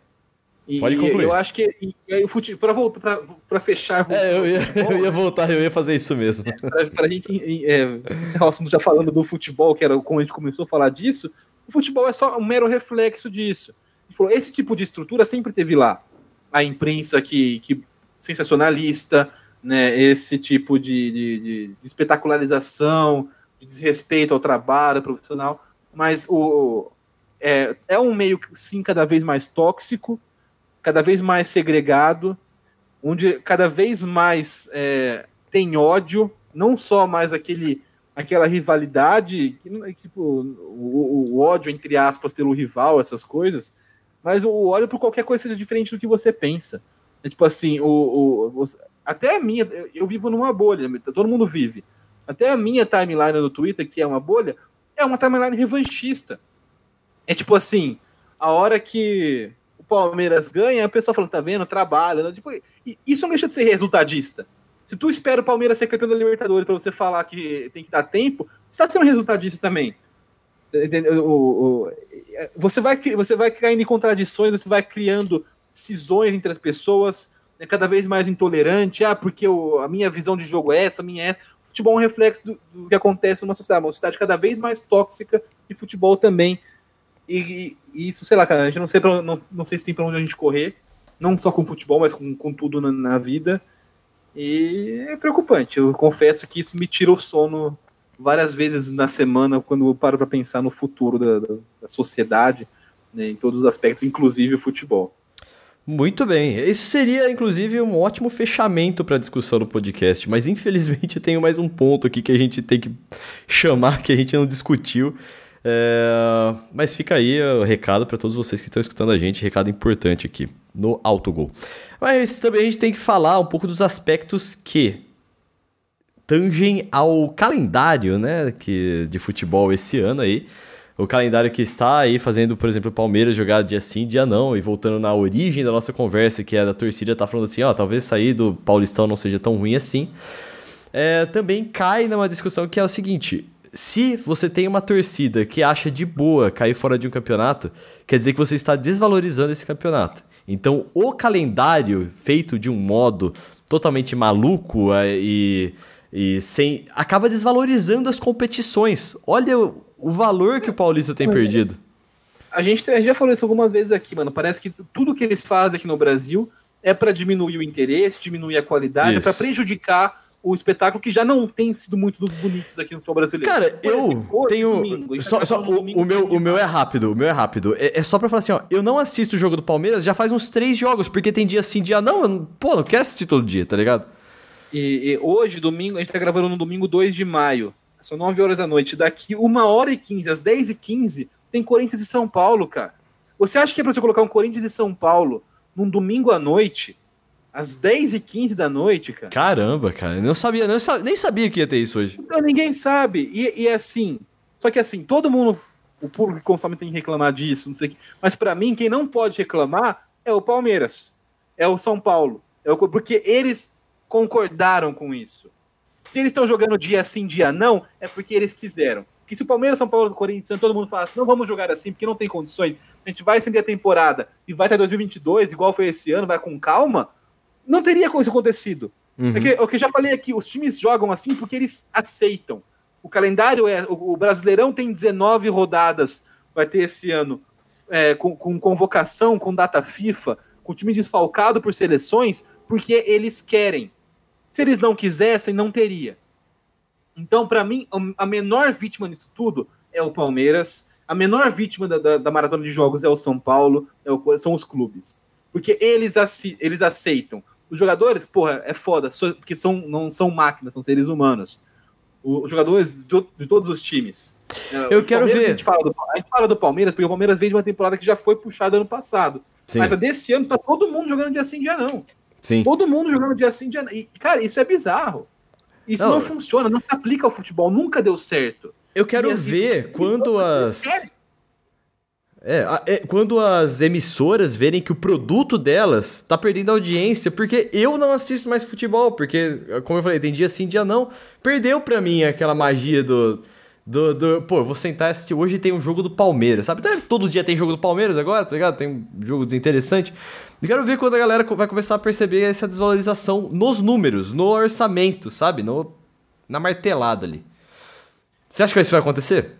e, Pode concluir. Eu acho que e, e aí, o futebol, para voltar, para fechar. É, eu, ia, futebol, eu ia voltar, eu ia fazer isso mesmo. Para a gente é, encerrar o assunto já falando do futebol, que era como a gente começou a falar disso, o futebol é só um mero reflexo disso. Ele falou, esse tipo de estrutura sempre teve lá. A imprensa que, que sensacionalista, né, esse tipo de, de, de espetacularização, de desrespeito ao trabalho profissional, mas o, é, é um meio, sim, cada vez mais tóxico, cada vez mais segregado, onde cada vez mais é, tem ódio, não só mais aquele, aquela rivalidade, tipo, o, o ódio, entre aspas, pelo rival, essas coisas, mas o ódio por qualquer coisa seja diferente do que você pensa. É, tipo assim, o, o, o, até a minha, eu, eu vivo numa bolha, todo mundo vive. Até a minha timeline no Twitter, que é uma bolha, é uma timeline revanchista. É tipo assim, a hora que o Palmeiras ganha, a pessoa falando, tá vendo, trabalha. Né? Tipo, isso não deixa de ser resultadista. Se tu espera o Palmeiras ser campeão da Libertadores pra você falar que tem que dar tempo, você tá sendo resultadista também. O, o, você, vai, você vai caindo em contradições, você vai criando cisões entre as pessoas, né, cada vez mais intolerante, ah, porque o, a minha visão de jogo é essa, a minha é essa. O futebol é um reflexo do, do que acontece numa sociedade, uma sociedade cada vez mais tóxica, e futebol também. E, e isso, sei lá, cara, a gente não sei, pra, não, não sei se tem pra onde a gente correr, não só com futebol, mas com, com tudo na, na vida. E é preocupante. Eu confesso que isso me tira o sono várias vezes na semana, quando eu paro para pensar no futuro da, da, da sociedade, né, em todos os aspectos, inclusive o futebol. Muito bem. Isso seria, inclusive, um ótimo fechamento para a discussão do podcast, mas infelizmente eu tenho mais um ponto aqui que a gente tem que chamar, que a gente não discutiu. É... Mas fica aí o recado para todos vocês que estão escutando a gente, recado importante aqui no Autogol. Mas também a gente tem que falar um pouco dos aspectos que tangem ao calendário, né, que, de futebol esse ano aí. O calendário que está aí fazendo, por exemplo, o Palmeiras jogar dia sim, dia não, e voltando na origem da nossa conversa, que é da torcida tá falando assim, ó, talvez sair do Paulistão não seja tão ruim assim. É, também cai numa discussão que é o seguinte: se você tem uma torcida que acha de boa cair fora de um campeonato, quer dizer que você está desvalorizando esse campeonato. Então, o calendário feito de um modo totalmente maluco é, e, e sem, acaba desvalorizando as competições. Olha o, o valor que o Paulista tem perdido. A gente, a gente já falou isso algumas vezes aqui, mano. Parece que tudo que eles fazem aqui no Brasil é para diminuir o interesse, diminuir a qualidade, é para prejudicar o espetáculo que já não tem sido muito dos bonitos aqui no futebol brasileiro. Cara, eu exemplo, tenho... Domingo, só, só, o, o, meu, o meu é rápido, o meu é rápido. É, é só pra falar assim, ó, eu não assisto o jogo do Palmeiras já faz uns três jogos, porque tem dia sim, dia não, eu não, pô, não quero assistir todo dia, tá ligado? E, e hoje, domingo, a gente tá gravando no domingo dois de maio, são nove horas da noite, daqui uma hora e quinze, às dez e quinze, tem Corinthians e São Paulo, cara. Você acha que é pra você colocar um Corinthians e São Paulo num domingo à noite, às dez e quinze da noite, cara? Caramba, cara, eu não sabia, não, nem sabia que ia ter isso hoje. Então, ninguém sabe. E, e assim, só que assim, todo mundo, o público que consome tem que reclamar disso, não sei o que. Mas pra mim, quem não pode reclamar é o Palmeiras, é o São Paulo, é o, porque eles concordaram com isso. Se eles estão jogando dia sim, dia não, é porque eles quiseram. Porque se o Palmeiras, São Paulo, Corinthians, todo mundo fala assim, não vamos jogar assim, porque não tem condições, a gente vai estender a temporada e vai até dois mil e vinte e dois, igual foi esse ano, vai com calma, não teria isso acontecido. Uhum. Porque, o que eu já falei aqui, os times jogam assim porque eles aceitam. O calendário é... O, o Brasileirão tem dezenove rodadas, vai ter esse ano, é, com, com convocação, com data FIFA, com o time desfalcado por seleções, porque eles querem. Se eles não quisessem, não teria. Então, para mim, a menor vítima nisso tudo é o Palmeiras, a menor vítima da, da, da maratona de jogos é o São Paulo, é o, são os clubes. Porque eles, eles aceitam. Os jogadores, porra, é foda, porque são, não são máquinas, são seres humanos. Os jogadores de, de todos os times. Eu quero ver. A gente, fala do, a gente fala do Palmeiras, porque o Palmeiras veio de uma temporada que já foi puxada ano passado. Sim. Mas a desse ano tá todo mundo jogando dia sim, dia não. Sim. Todo mundo jogando dia sim, dia não. E, cara, isso é bizarro. Isso não, não funciona, não se aplica ao futebol, nunca deu certo. Eu quero e, ver e, quando as... É, é, quando as emissoras verem que o produto delas tá perdendo audiência, porque eu não assisto mais futebol, porque, como eu falei, tem dia sim, dia não. Perdeu pra mim aquela magia do... do, do pô, eu vou sentar e assistir. Hoje tem um jogo do Palmeiras, sabe? Todo dia tem jogo do Palmeiras agora, tá ligado? Tem um jogo desinteressante. Eu quero ver quando a galera vai começar a perceber essa desvalorização nos números, no orçamento, sabe? No, na martelada ali. Você acha que isso vai acontecer?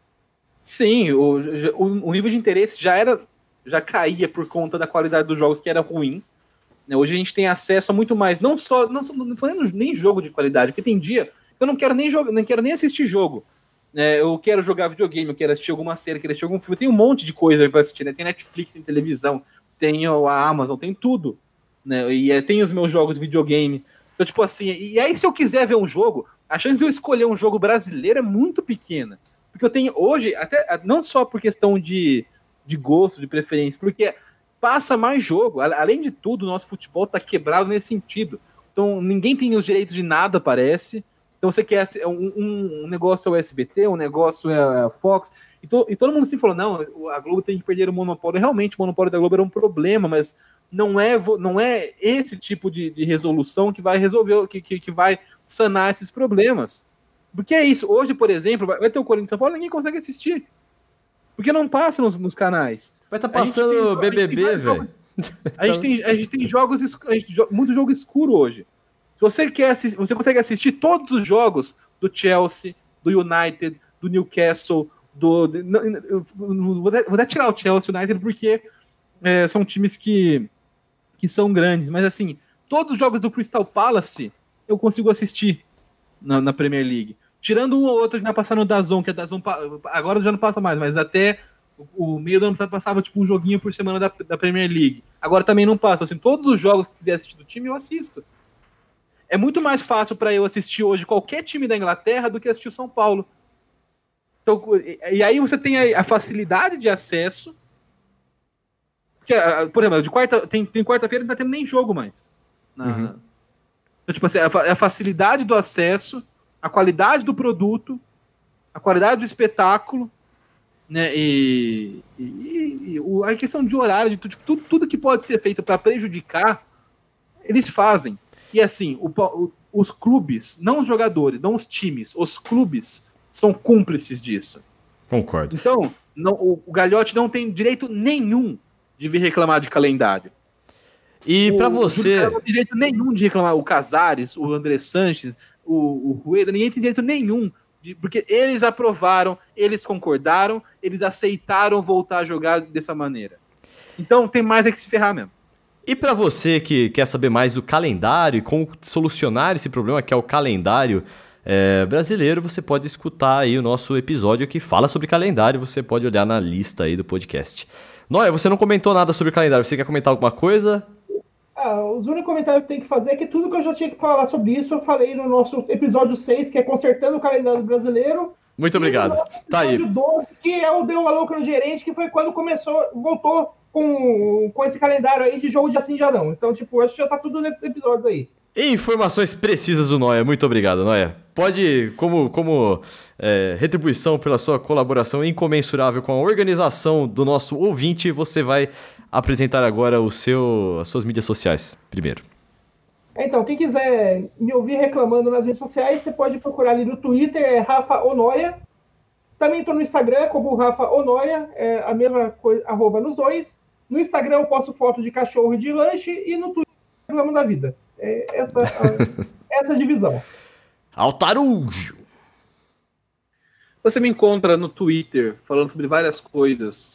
Sim, o, o, o nível de interesse já era, já caía por conta da qualidade dos jogos, que era ruim. Né? Hoje a gente tem acesso a muito mais, não só, não, não tô nem, nem jogo de qualidade, porque tem dia que eu não quero nem jogar, não quero nem assistir jogo. Né? Eu quero jogar videogame, eu quero assistir alguma série, eu quero assistir algum filme, tem um monte de coisa para assistir, né? Tem Netflix, tem televisão, tem a Amazon, tem tudo. Né? E é, tem os meus jogos de videogame. Então, tipo assim, e aí se eu quiser ver um jogo, a chance de eu escolher um jogo brasileiro é muito pequena. Porque eu tenho hoje, até não só por questão de, de gosto, de preferência, porque passa mais jogo. Além de tudo, o nosso futebol tá quebrado nesse sentido. Então, ninguém tem os direitos de nada, parece. Então, você quer um, um, um negócio é o S B T, um negócio é a Fox. E, to, e todo mundo se falou, não, a Globo tem que perder o monopólio. Realmente, o monopólio da Globo era um problema, mas não é, não é esse tipo de, de resolução que vai resolver, que, que, que vai sanar esses problemas. Porque é isso. Hoje, por exemplo, vai ter o Corinthians São Paulo, ninguém consegue assistir. Porque não passa nos, nos canais. Vai estar tá passando B B B, velho. A gente tem, a gente tem jogos, a gente, muito jogo escuro hoje. Se você quer assistir, você consegue assistir todos os jogos do Chelsea, do United, do Newcastle, do... do não, vou até tirar o Chelsea e o United porque é, são times que, que são grandes. Mas assim, todos os jogos do Crystal Palace eu consigo assistir na, na Premier League. Tirando um ou outro que vai passar no DAZN, que a DAZN agora já não passa mais, mas até o, o meio do ano passado passava tipo um joguinho por semana da, da Premier League. Agora também não passa. Assim, todos os jogos que quiser assistir do time, eu assisto. É muito mais fácil para eu assistir hoje qualquer time da Inglaterra do que assistir o São Paulo. Então, e aí você tem a, a facilidade de acesso. Que, por exemplo, de quarta, tem, tem quarta-feira não tá tendo nem jogo mais. Na, uhum. Então, tipo assim, a, a facilidade do acesso, a qualidade do produto, a qualidade do espetáculo, né, e, e, e a questão de horário, de tudo, tudo, tudo que pode ser feito para prejudicar, eles fazem. E assim, o, o, os clubes, não os jogadores, não os times, os clubes são cúmplices disso. Concordo. Então, não, o, o Gagliotti não tem direito nenhum de vir reclamar de calendário. E para você... Não tem direito nenhum de reclamar. O Casares, o André Sanches, o, o Rueda, ninguém tem direito nenhum. De, porque eles aprovaram, eles concordaram, eles aceitaram voltar a jogar dessa maneira. Então tem mais é que se ferrar mesmo. E para você que quer saber mais do calendário e como solucionar esse problema que é o calendário é, brasileiro, você pode escutar aí o nosso episódio que fala sobre calendário, você pode olhar na lista aí do podcast. Noia, você não comentou nada sobre o calendário, você quer comentar alguma coisa? Ah, os únicos comentários que eu tenho que fazer é que tudo que eu já tinha que falar sobre isso, eu falei no nosso episódio seis, que é Consertando o Calendário Brasileiro. Muito obrigado. Tá aí. doze, que é o Deu a Louca no Gerente, que foi quando começou, voltou com, com esse calendário aí de jogo de assim já não. Então, tipo, acho que já tá tudo nesses episódios aí. Informações precisas do Noia. Muito obrigado, Noia. Pode, como, como é, retribuição pela sua colaboração incomensurável com a organização do nosso ouvinte, você vai apresentar agora o seu, as suas mídias sociais primeiro. Então, quem quiser me ouvir reclamando nas redes sociais, você pode procurar ali no Twitter, é Rafa Onoia. Também estou no Instagram como Rafa Onoia, é a mesma coisa, arroba nos dois. No Instagram eu posto foto de cachorro e de lanche e no Twitter reclamo da vida. É essa, a, essa divisão. Altarujo! Você me encontra no Twitter falando sobre várias coisas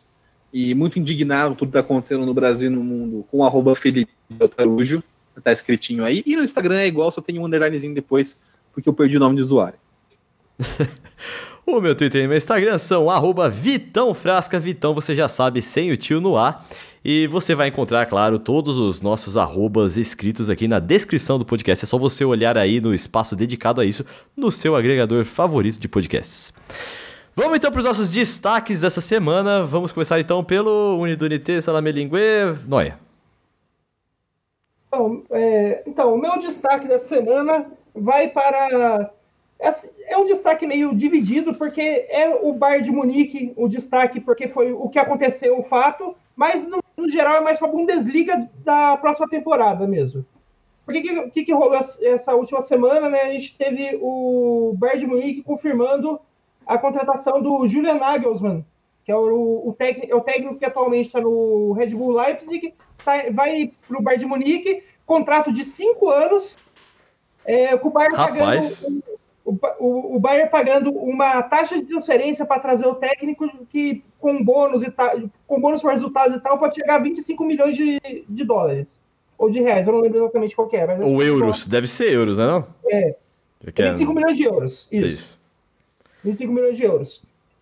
e muito indignado com tudo que está acontecendo no Brasil e no mundo, com o arroba Felipe Tarujo, tá escritinho aí, e no Instagram é igual, só tem um underlinezinho depois, porque eu perdi o nome de usuário. O meu Twitter e meu Instagram são arroba Vitão Frasca, Vitão, você já sabe, sem o tio no ar. E você vai encontrar, claro, todos os nossos arrobas escritos aqui na descrição do podcast. É só você olhar aí no espaço dedicado a isso, no seu agregador favorito de podcasts. Vamos então para os nossos destaques dessa semana. Vamos começar então pelo Unidunité Salamelingue, Noia. Então, é, então, o meu destaque dessa semana vai para... É um destaque meio dividido, porque é o Bayern de Munique, o destaque, porque foi o que aconteceu, o fato, mas no, no geral é mais para a Bundesliga da próxima temporada mesmo. Porque o que, que rolou essa última semana, né? A gente teve o Bayern de Munique confirmando a contratação do Julian Nagelsmann, que é o, o, técnico, é o técnico que atualmente está no Red Bull Leipzig, tá, vai para o Bayern de Munique, contrato de cinco anos, é, com o Bayern Rapaz. pagando... O, o, o Bayern pagando uma taxa de transferência para trazer o técnico que, com bônus e tal, com bônus por resultados e tal, pode chegar a vinte e cinco milhões de, de dólares. Ou de reais, eu não lembro exatamente qual que é. Mas Ou euros, que... deve ser euros, né? Não? É. vinte e cinco milhões de euros. Isso. isso. vinte e cinco milhões de euros.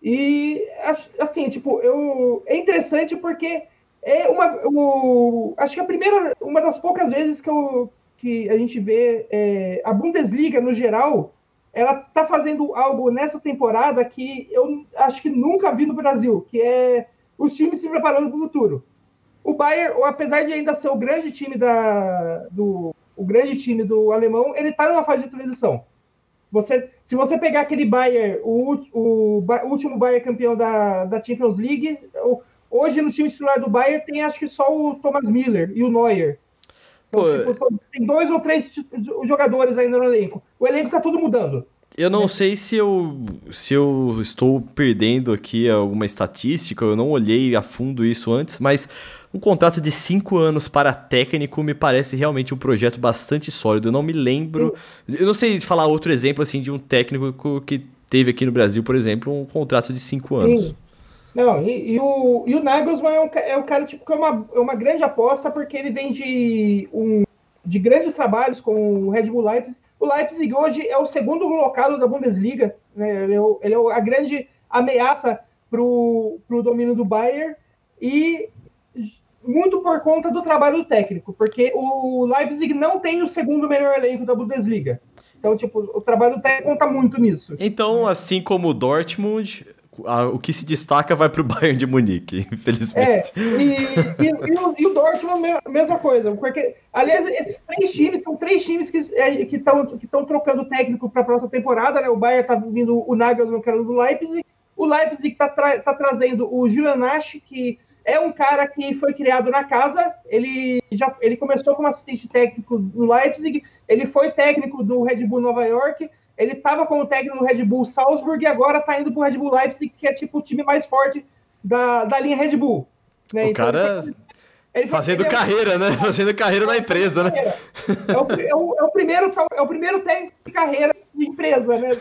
E, assim, tipo, eu... é interessante porque é uma. O... Acho que a primeira, uma das poucas vezes que, eu, que a gente vê é, a Bundesliga, no geral, ela está fazendo algo nessa temporada que eu acho que nunca vi no Brasil, que é os times se preparando para o futuro. O Bayern, apesar de ainda ser o grande time da, do, o grande time do alemão, ele está numa fase de transição. Você, se você pegar aquele Bayern, o, o, o último Bayern campeão da, da Champions League, hoje no time titular do Bayern tem acho que só o Thomas Müller e o Neuer. São, tipo, tem dois ou três jogadores ainda no elenco. O elenco tá tudo mudando. Eu não sei se eu, se eu estou perdendo aqui alguma estatística, eu não olhei a fundo isso antes, mas um contrato de cinco anos para técnico me parece realmente um projeto bastante sólido. Eu não me lembro... Sim. Eu não sei falar outro exemplo assim, de um técnico que teve aqui no Brasil, por exemplo, um contrato de cinco anos. Sim. Não, e, e, o, e o Nagelsmann é um, é um cara tipo, que é uma, é uma grande aposta, porque ele vem de, um, de grandes trabalhos com o Red Bull Leipzig. O Leipzig hoje é o segundo colocado da Bundesliga, né? Ele, é o, ele é a grande ameaça para o domínio do Bayern, e muito por conta do trabalho do técnico, porque o Leipzig não tem o segundo melhor elenco da Bundesliga. Então, tipo, o trabalho do técnico conta muito nisso. Então, assim como o Dortmund... o que se destaca vai para o Bayern de Munique, infelizmente. É, e, e, e, o, e o Dortmund, mesma coisa. Porque, aliás, esses três times são três times que é, que estão que trocando técnico para a próxima temporada, né? O Bayern está vindo o Nagelsmann, que era do Leipzig. O Leipzig está tra tá trazendo o Julian Nash, que é um cara que foi criado na casa. Ele, já, ele começou como assistente técnico no Leipzig, ele foi técnico do Red Bull Nova York. Ele estava como técnico no Red Bull Salzburg e agora está indo para o Red Bull Leipzig, que é tipo o time mais forte da, da linha Red Bull. Né? O então, cara ele, ele, fazendo ele carreira, é, né? Fazendo carreira na empresa, né? É o, é, o, é, o primeiro, é o primeiro técnico de carreira de empresa, né?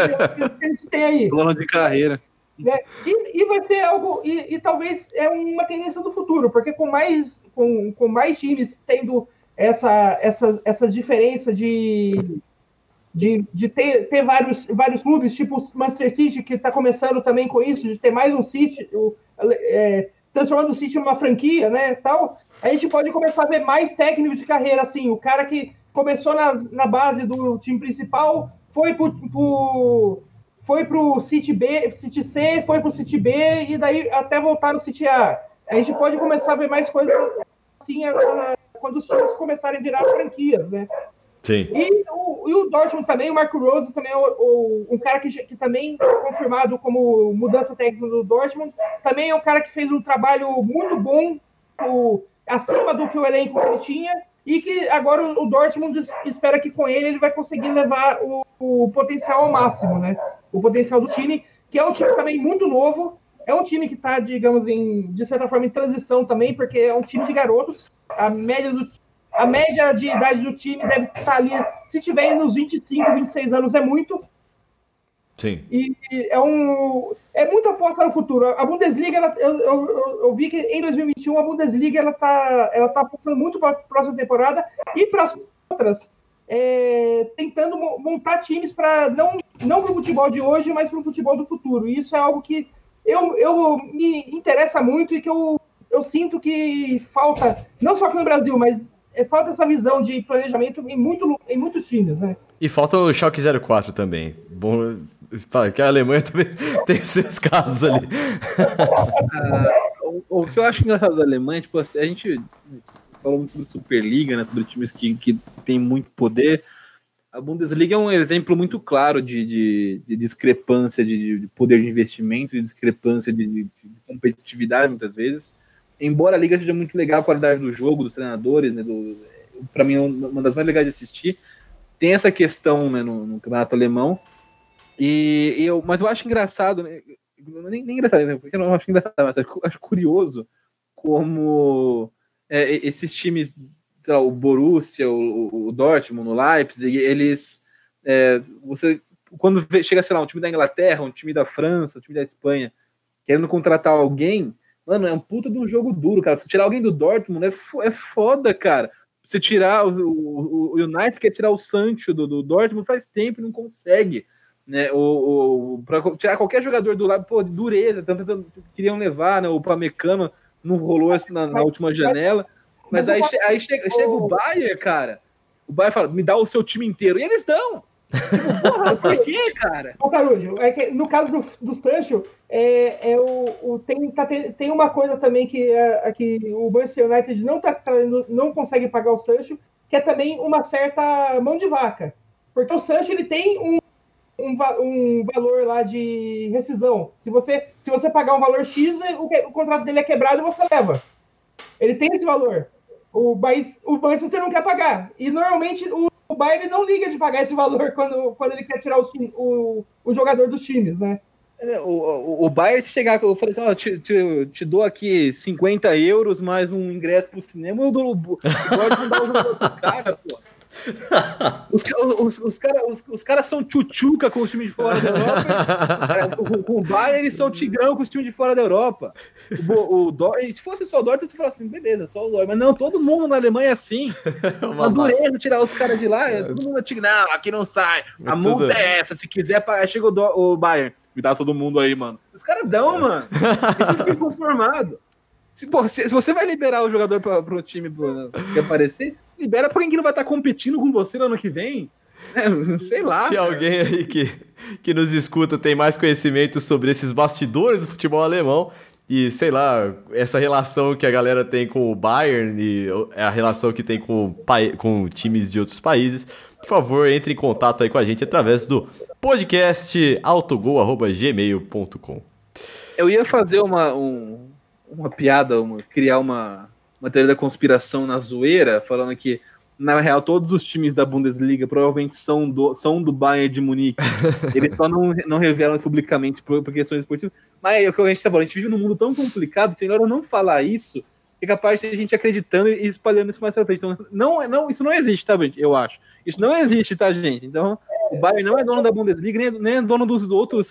Que a gente tem aí. Plano de carreira. Né? E, e vai ser algo... E, e talvez é uma tendência do futuro, porque com mais, com, com mais times tendo essa, essa, essa diferença de... De, de ter, ter vários, vários clubes, tipo o Manchester City, que está começando também com isso, de ter mais um City, o, é, transformando o City numa franquia, né, tal, a gente pode começar a ver mais técnicos de carreira, assim, o cara que começou na, na base do time principal, foi pro, pro, foi pro City B, City C, foi pro City B, e daí até voltar no City A. A gente pode começar a ver mais coisas assim, a, a, quando os times começarem a virar franquias, né. Sim. E o, e o Dortmund também, o Marco Rose também é o, o, um cara que, que também foi confirmado como mudança técnica do Dortmund, também é um cara que fez um trabalho muito bom, o, acima do que o elenco que ele tinha, e que agora o, o Dortmund espera que com ele ele vai conseguir levar o, o potencial ao máximo, né? O potencial do time, que é um time também muito novo, é um time que está, digamos, em, de certa forma em transição também, porque é um time de garotos, a média do A média de idade do time deve estar ali, se tiver nos vinte e cinco, vinte e seis anos é muito. Sim. E é um é muita aposta no futuro. A Bundesliga, ela, eu, eu, eu vi que em dois mil e vinte e um a Bundesliga ela tá, ela tá apostando muito para a próxima temporada e para as outras, é, tentando montar times para não, não para o futebol de hoje, mas para o futebol do futuro. E isso é algo que eu, eu me interessa muito e que eu, eu sinto que falta, não só aqui no Brasil, mas é, falta essa visão de planejamento em, muito, em muitos times, né? E falta o Schalke zero quatro também. Bom, que a Alemanha também tem esses casos ali. Ah, o, o que eu acho engraçado da Alemanha, tipo, assim, a gente falou muito sobre Superliga, né, sobre times que, que têm muito poder. A Bundesliga é um exemplo muito claro de, de, de discrepância de, de poder de investimento, de discrepância de, de, de competitividade, muitas vezes. Embora a liga seja muito legal, a qualidade do jogo, dos treinadores, né, do, para mim é uma das mais legais de assistir. Tem essa questão, né, no, no campeonato alemão, e, e eu, mas eu acho engraçado, né, nem, nem engraçado, né, porque eu não acho engraçado, mas acho, acho curioso como é, esses times, sei lá, o Borussia, o, o Dortmund, o Leipzig, eles, é, você, quando chega, sei lá, um time da Inglaterra, um time da França, um time da Espanha, querendo contratar alguém, mano, é um puta de um jogo duro, cara. Você tirar alguém do Dortmund é, é foda, cara. Você tirar o, o, o United quer tirar o Sancho do, do Dortmund faz tempo e não consegue, né? O, o, pra tirar qualquer jogador do lado, pô, dureza, tanto, queriam levar, né? O Pamecano não rolou na, na última janela, mas, mas aí, che, aí chega, chega o Bayern, cara. O Bayern fala, me dá o seu time inteiro, e eles dão. Tipo, porra, por quê, cara? Ô, Carujo, é que no caso do, do Sancho, é, é o, o, tem, tá, tem, tem uma coisa também que, é, que o Manchester United não, tá trazendo, não consegue pagar o Sancho, que é também uma certa mão de vaca. Porque o Sancho ele tem um, um, um valor lá de rescisão. Se você, se você pagar um valor X, o, o contrato dele é quebrado e você leva. Ele tem esse valor. O, o Manchester não quer pagar. E normalmente o O Bayern não liga de pagar esse valor quando, quando ele quer tirar o, o, o jogador dos times, né? O, o, o Bayern, se chegar, eu falei assim, ó, te, te, te dou aqui cinquenta euros mais um ingresso pro cinema, eu dou o Dortmund dá o jogador pro cara, pô. Os, os, os caras os, os cara são tchutchuca com os times de fora da Europa. Com o, o Bayern, eles são tigrão com os times de fora da Europa. O, o, o, se fosse só o Dortmund, você fala assim, beleza, só o Dortmund. Mas não, todo mundo na Alemanha é assim. Uma dureza tirar os caras de lá. É, todo mundo é não, aqui não sai. A multa tudo... é essa. Se quiser, chega o, do, o Bayern. Me dá todo mundo aí, mano. Os caras dão, mano. E você fica conformado. Se, pô, se, se você vai liberar o jogador para o time pra, que aparecer, libera pra quem não vai estar competindo com você no ano que vem. É, sei lá. Se cara. alguém aí que, que nos escuta tem mais conhecimento sobre esses bastidores do futebol alemão e, sei lá, essa relação que a galera tem com o Bayern e a relação que tem com, com times de outros países, por favor, entre em contato aí com a gente através do podcast autogol arroba gmail ponto com. Eu ia fazer uma, um, uma piada, uma, criar uma, uma teoria da conspiração na zoeira, falando que, na real, todos os times da Bundesliga provavelmente são do, são do Bayern de Munique. Eles só não, não revelam publicamente por, por questões esportivas. Mas é o que a gente tá falando, a gente vive num mundo tão complicado que tem hora não falar isso, que é capaz de a gente acreditando e espalhando isso mais pra frente. Então, não, não, isso não existe, tá, gente? Eu acho. Isso não existe, tá, gente? Então, o Bayern não é dono da Bundesliga, nem, nem é dono dos outros,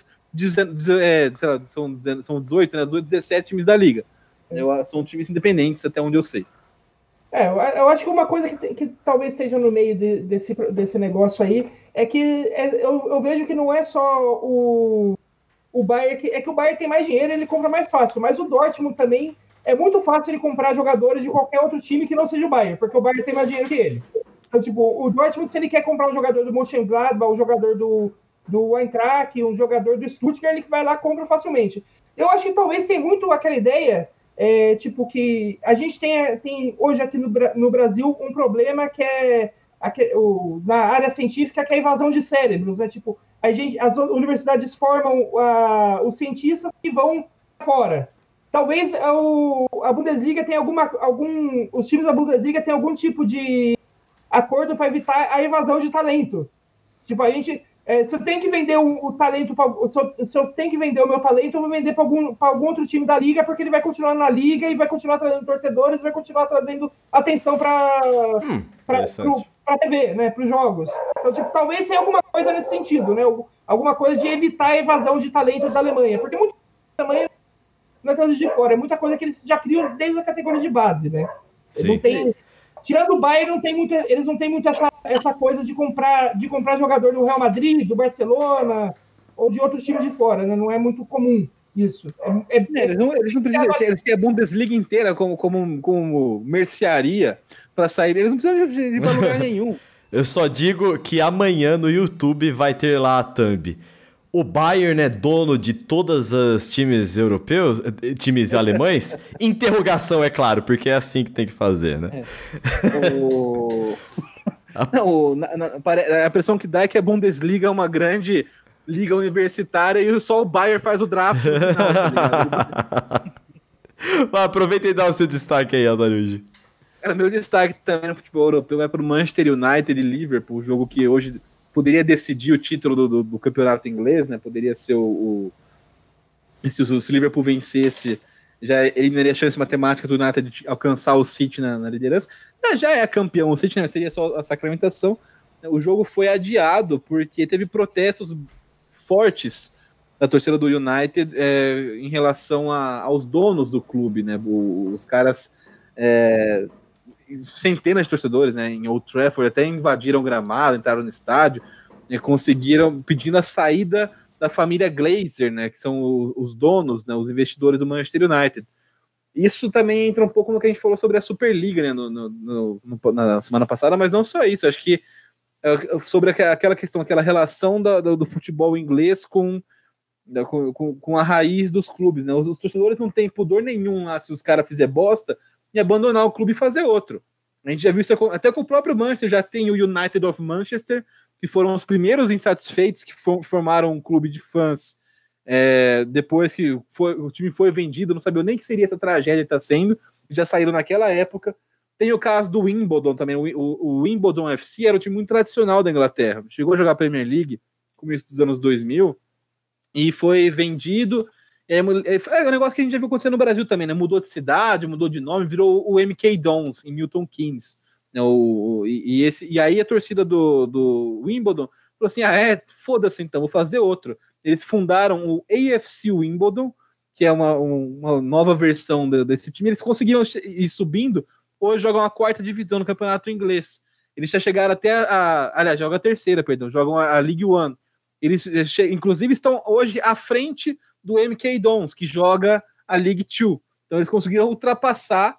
é, sei lá, são, são dezoito, né, dezoito, dezessete times da Liga. Eu, são times independentes, até onde eu sei. É, eu acho que uma coisa que, que talvez seja no meio de, desse, desse negócio aí é que é, eu, eu vejo que não é só o, o Bayern, que, é que o Bayern tem mais dinheiro, ele compra mais fácil, mas o Dortmund também é muito fácil ele comprar jogadores de qualquer outro time que não seja o Bayern, porque o Bayern tem mais dinheiro que ele. Então, tipo, o Dortmund, se ele quer comprar um jogador do Mönchengladbach, um jogador do, do Eintracht, um jogador do Stuttgart, ele vai lá e compra facilmente. Eu acho que talvez tenha muito aquela ideia, é, tipo, que a gente tem, tem hoje aqui no, no Brasil um problema que é aqui, o, na área científica, que é a invasão de cérebros, né? Tipo, a gente, as universidades formam uh, os cientistas que vão fora. Talvez o, a Bundesliga tenha alguma, algum, os times da Bundesliga tenham algum tipo de acordo para evitar a evasão de talento. Tipo, a gente, é, se eu tenho que vender o, o talento, pra, se, eu, se eu tenho que vender o meu talento, eu vou vender para algum, algum outro time da liga, porque ele vai continuar na liga e vai continuar trazendo torcedores, vai continuar trazendo atenção para hum, para a T V, né, para os jogos. Então, tipo, talvez tenha alguma coisa nesse sentido, né? O, alguma coisa de evitar a evasão de talento da Alemanha, porque muita da Alemanha não é trazido de fora, é muita coisa que eles já criam desde a categoria de base, né? Não tem, tirando o Bayern, não tem muito, eles não têm muito essa, essa coisa de comprar, de comprar jogador do Real Madrid, do Barcelona ou de outros times de fora, né? Não é muito comum isso. É, é, é, eles, não, eles não precisam, é, eles têm a Bundesliga inteira como, como, como mercearia para sair, eles não precisam de ir para lugar nenhum. Eu só digo que amanhã no YouTube vai ter lá a thumb. O Bayern é dono de todos os times europeus, times alemães? Interrogação, é claro, porque é assim que tem que fazer, né? É. O... Não, na, na, a impressão que dá é que a Bundesliga é uma grande liga universitária e só o Bayern faz o draft no final, tá ligado? Aproveita e dá o seu destaque aí, Aldaruji. Cara, meu destaque também no futebol europeu é para o Manchester United e Liverpool, o jogo que hoje poderia decidir o título do, do, do campeonato inglês, né? Poderia ser o, o se, o, se o Liverpool vencesse, já eliminaria a chance matemática do United de alcançar o City na, na liderança. Não, já é campeão, o City, né? Seria só a sacramentação. O jogo foi adiado porque teve protestos fortes da torcida do United é, em relação a, aos donos do clube, né? O, os caras, é, centenas de torcedores, né? Em Old Trafford até invadiram o gramado, entraram no estádio e conseguiram pedindo a saída da família Glazer, né? Que são o, os donos, né? Os investidores do Manchester United. Isso também entra um pouco no que a gente falou sobre a Superliga, né? No, no, no, no, na semana passada, mas não só isso. Acho que sobre aquela questão, aquela relação da, do, do futebol inglês com, com, com a raiz dos clubes, né? Os, os torcedores não têm pudor nenhum lá se os caras fizerem bosta e abandonar o clube e fazer outro. A gente já viu isso até com o próprio Manchester, já tem o United of Manchester, que foram os primeiros insatisfeitos que for, formaram um clube de fãs é, depois que foi, o time foi vendido, não sabia nem que seria essa tragédia que está sendo, já saíram naquela época. Tem o caso do Wimbledon também. O, o, o Wimbledon F C era um time muito tradicional da Inglaterra. Chegou a jogar a Premier League no começo dos anos dois mil e foi vendido. É, é um negócio que a gente já viu acontecer no Brasil também, né? Mudou de cidade, mudou de nome, virou o M K Dons em Milton Keynes. Né? O, e, e, esse, e aí a torcida do, do Wimbledon falou assim: ah, é, foda-se então, vou fazer outro. Eles fundaram o A F C Wimbledon, que é uma, uma nova versão desse time. Eles conseguiram ir subindo. Hoje jogam a quarta divisão no campeonato inglês. Eles já chegaram até a, a aliás, jogam a terceira, perdão, jogam a, a League One. Eles, inclusive, estão hoje à frente do M K Dons, que joga a League Two. Então eles conseguiram ultrapassar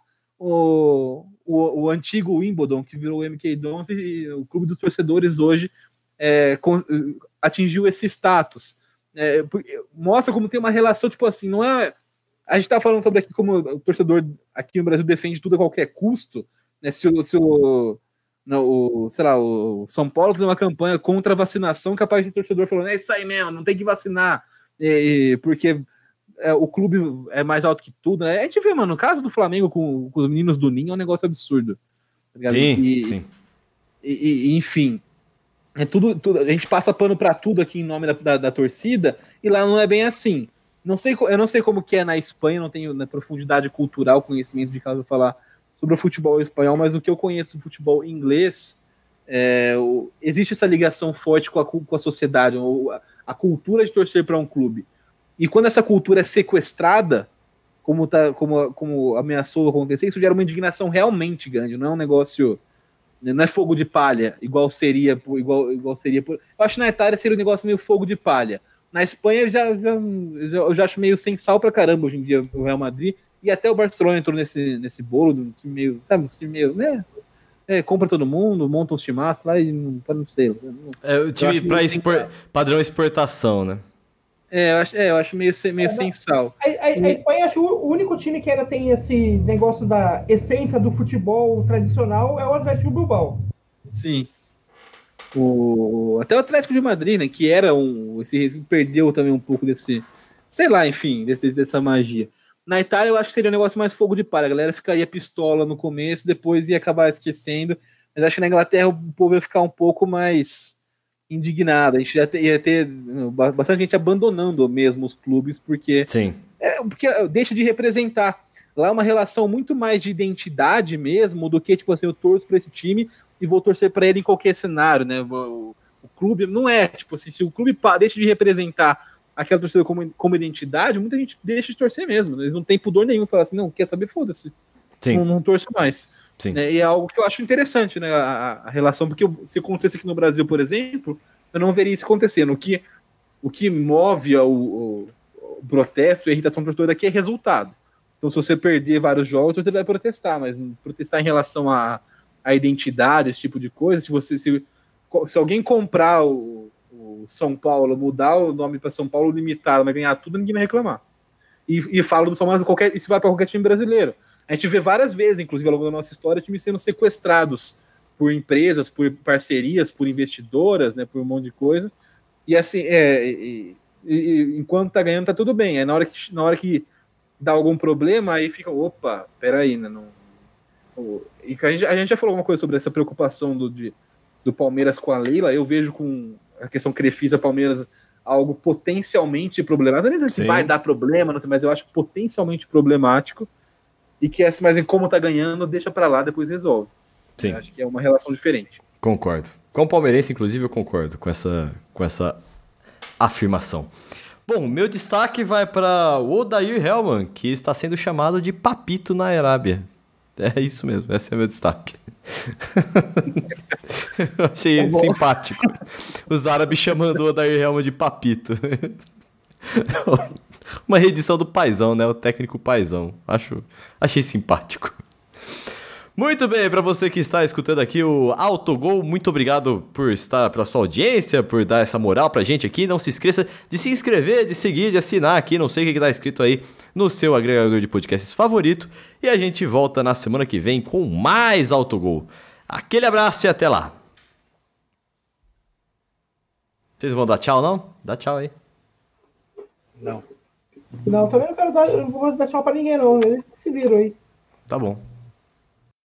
o, o, o antigo Wimbledon, que virou o M K Dons, e, e o clube dos torcedores hoje é, com, atingiu esse status. É, mostra como tem uma relação, tipo assim, não é... A gente tá falando sobre aqui como o torcedor aqui no Brasil defende tudo a qualquer custo, né? Se o, se o, não, o sei lá, o São Paulo fizer uma campanha contra a vacinação, capaz de torcedor falando, é isso aí mesmo, não tem que vacinar, e, porque é, o clube é mais alto que tudo, né? A gente vê, mano, no caso do Flamengo com, com os meninos do Ninho é um negócio absurdo. Tá sim, e, sim. E, e, enfim, é tudo, tudo, a gente passa pano pra tudo aqui em nome da, da, da torcida, e lá não é bem assim. Não sei, eu não sei como que é na Espanha, não tenho na profundidade cultural, conhecimento de caso eu falar sobre o futebol espanhol, mas o que eu conheço do futebol inglês, é, o, existe essa ligação forte com a, com a sociedade, a, a cultura de torcer para um clube. E quando essa cultura é sequestrada, como, tá, como, como ameaçou acontecer, isso gera uma indignação realmente grande, não é um negócio, não é fogo de palha, igual seria, igual, igual seria. Eu acho que na Itália seria um negócio meio fogo de palha. Na Espanha eu já, já, eu já acho meio sem sal pra caramba hoje em dia o Real Madrid, e até o Barcelona entrou nesse, nesse bolo, do time meio, sabe, um time meio, né? É, compra todo mundo, monta uns timaços lá e não, não sei. Não, é o time pra expor, padrão exportação, né? É, eu acho, é, eu acho meio, meio é, sem sal. A, a, a Espanha, acho o único time que ainda tem esse negócio da essência do futebol tradicional é o Atlético Bilbao. Sim. O, até o Atlético de Madrid, né, que era um, esse, perdeu também um pouco desse, sei lá, enfim, desse, dessa magia. Na Itália eu acho que seria um negócio mais fogo de palha, a galera ficaria pistola no começo, depois ia acabar esquecendo, mas acho que na Inglaterra o povo ia ficar um pouco mais indignado, a gente já ia ter bastante gente abandonando mesmo os clubes, porque, Sim. É, porque deixa de representar. Lá é uma relação muito mais de identidade mesmo, do que tipo assim, eu torço para esse time e vou torcer para ele em qualquer cenário, né? o clube. Não é, tipo assim, se o clube deixa de representar aquela torcida como, como identidade, muita gente deixa de torcer mesmo. Eles não têm pudor nenhum, falar assim, não, quer saber, foda-se. Não, não torço mais. Sim. É, e é algo que eu acho interessante, né, a, a relação, porque eu, se acontecesse aqui no Brasil, por exemplo, eu não veria isso acontecendo. O que, o que move o, o, o protesto e a irritação do torcedor aqui é resultado. Então, se você perder vários jogos, o torcedor vai protestar, mas protestar em relação à, à identidade, esse tipo de coisa, se você se, se alguém comprar o, o São Paulo, mudar o nome para São Paulo limitado, vai ganhar tudo, ninguém vai reclamar. E, e falo do São Paulo, qualquer, isso vai para qualquer time brasileiro. A gente vê várias vezes, inclusive ao longo da nossa história, times sendo sequestrados por empresas, por parcerias, por investidoras, né, por um monte de coisa. E assim, é, e, e, enquanto tá ganhando, tá tudo bem. Aí na hora que, na hora que dá algum problema, aí fica, opa, peraí, né? Não, e a gente, a gente já falou alguma coisa sobre essa preocupação do, de, do Palmeiras com a Leila. Eu vejo com a questão Crefisa Palmeiras algo potencialmente problemático. Não sei se vai dar problema, não sei, mas eu acho potencialmente problemático. E que essa, mas em como tá ganhando, deixa pra lá, depois resolve. Sim. Eu acho que é uma relação diferente. Concordo. Como palmeirense, inclusive, eu concordo com essa, com essa afirmação. Bom, meu destaque vai para o Odair Hellmann, que está sendo chamado de Papito na Arábia. É isso mesmo, esse é meu destaque. Eu achei tá simpático. Os árabes chamando o Odair Hellmann de Papito. Uma reedição do Paizão, né? O técnico Paizão. Acho, achei simpático. Muito bem, para você que está escutando aqui o Autogol, muito obrigado por estar, pela sua audiência, por dar essa moral pra gente aqui. Não se esqueça de se inscrever, de seguir, de assinar aqui, não sei o que está escrito aí no seu agregador de podcasts favorito. E a gente volta na semana que vem com mais Autogol. Aquele abraço e até lá. Vocês vão dar tchau, não? Dá tchau aí. Não. Não, também não quero dar, não vou dar tchau pra ninguém, não. Eles se viram aí. Tá bom.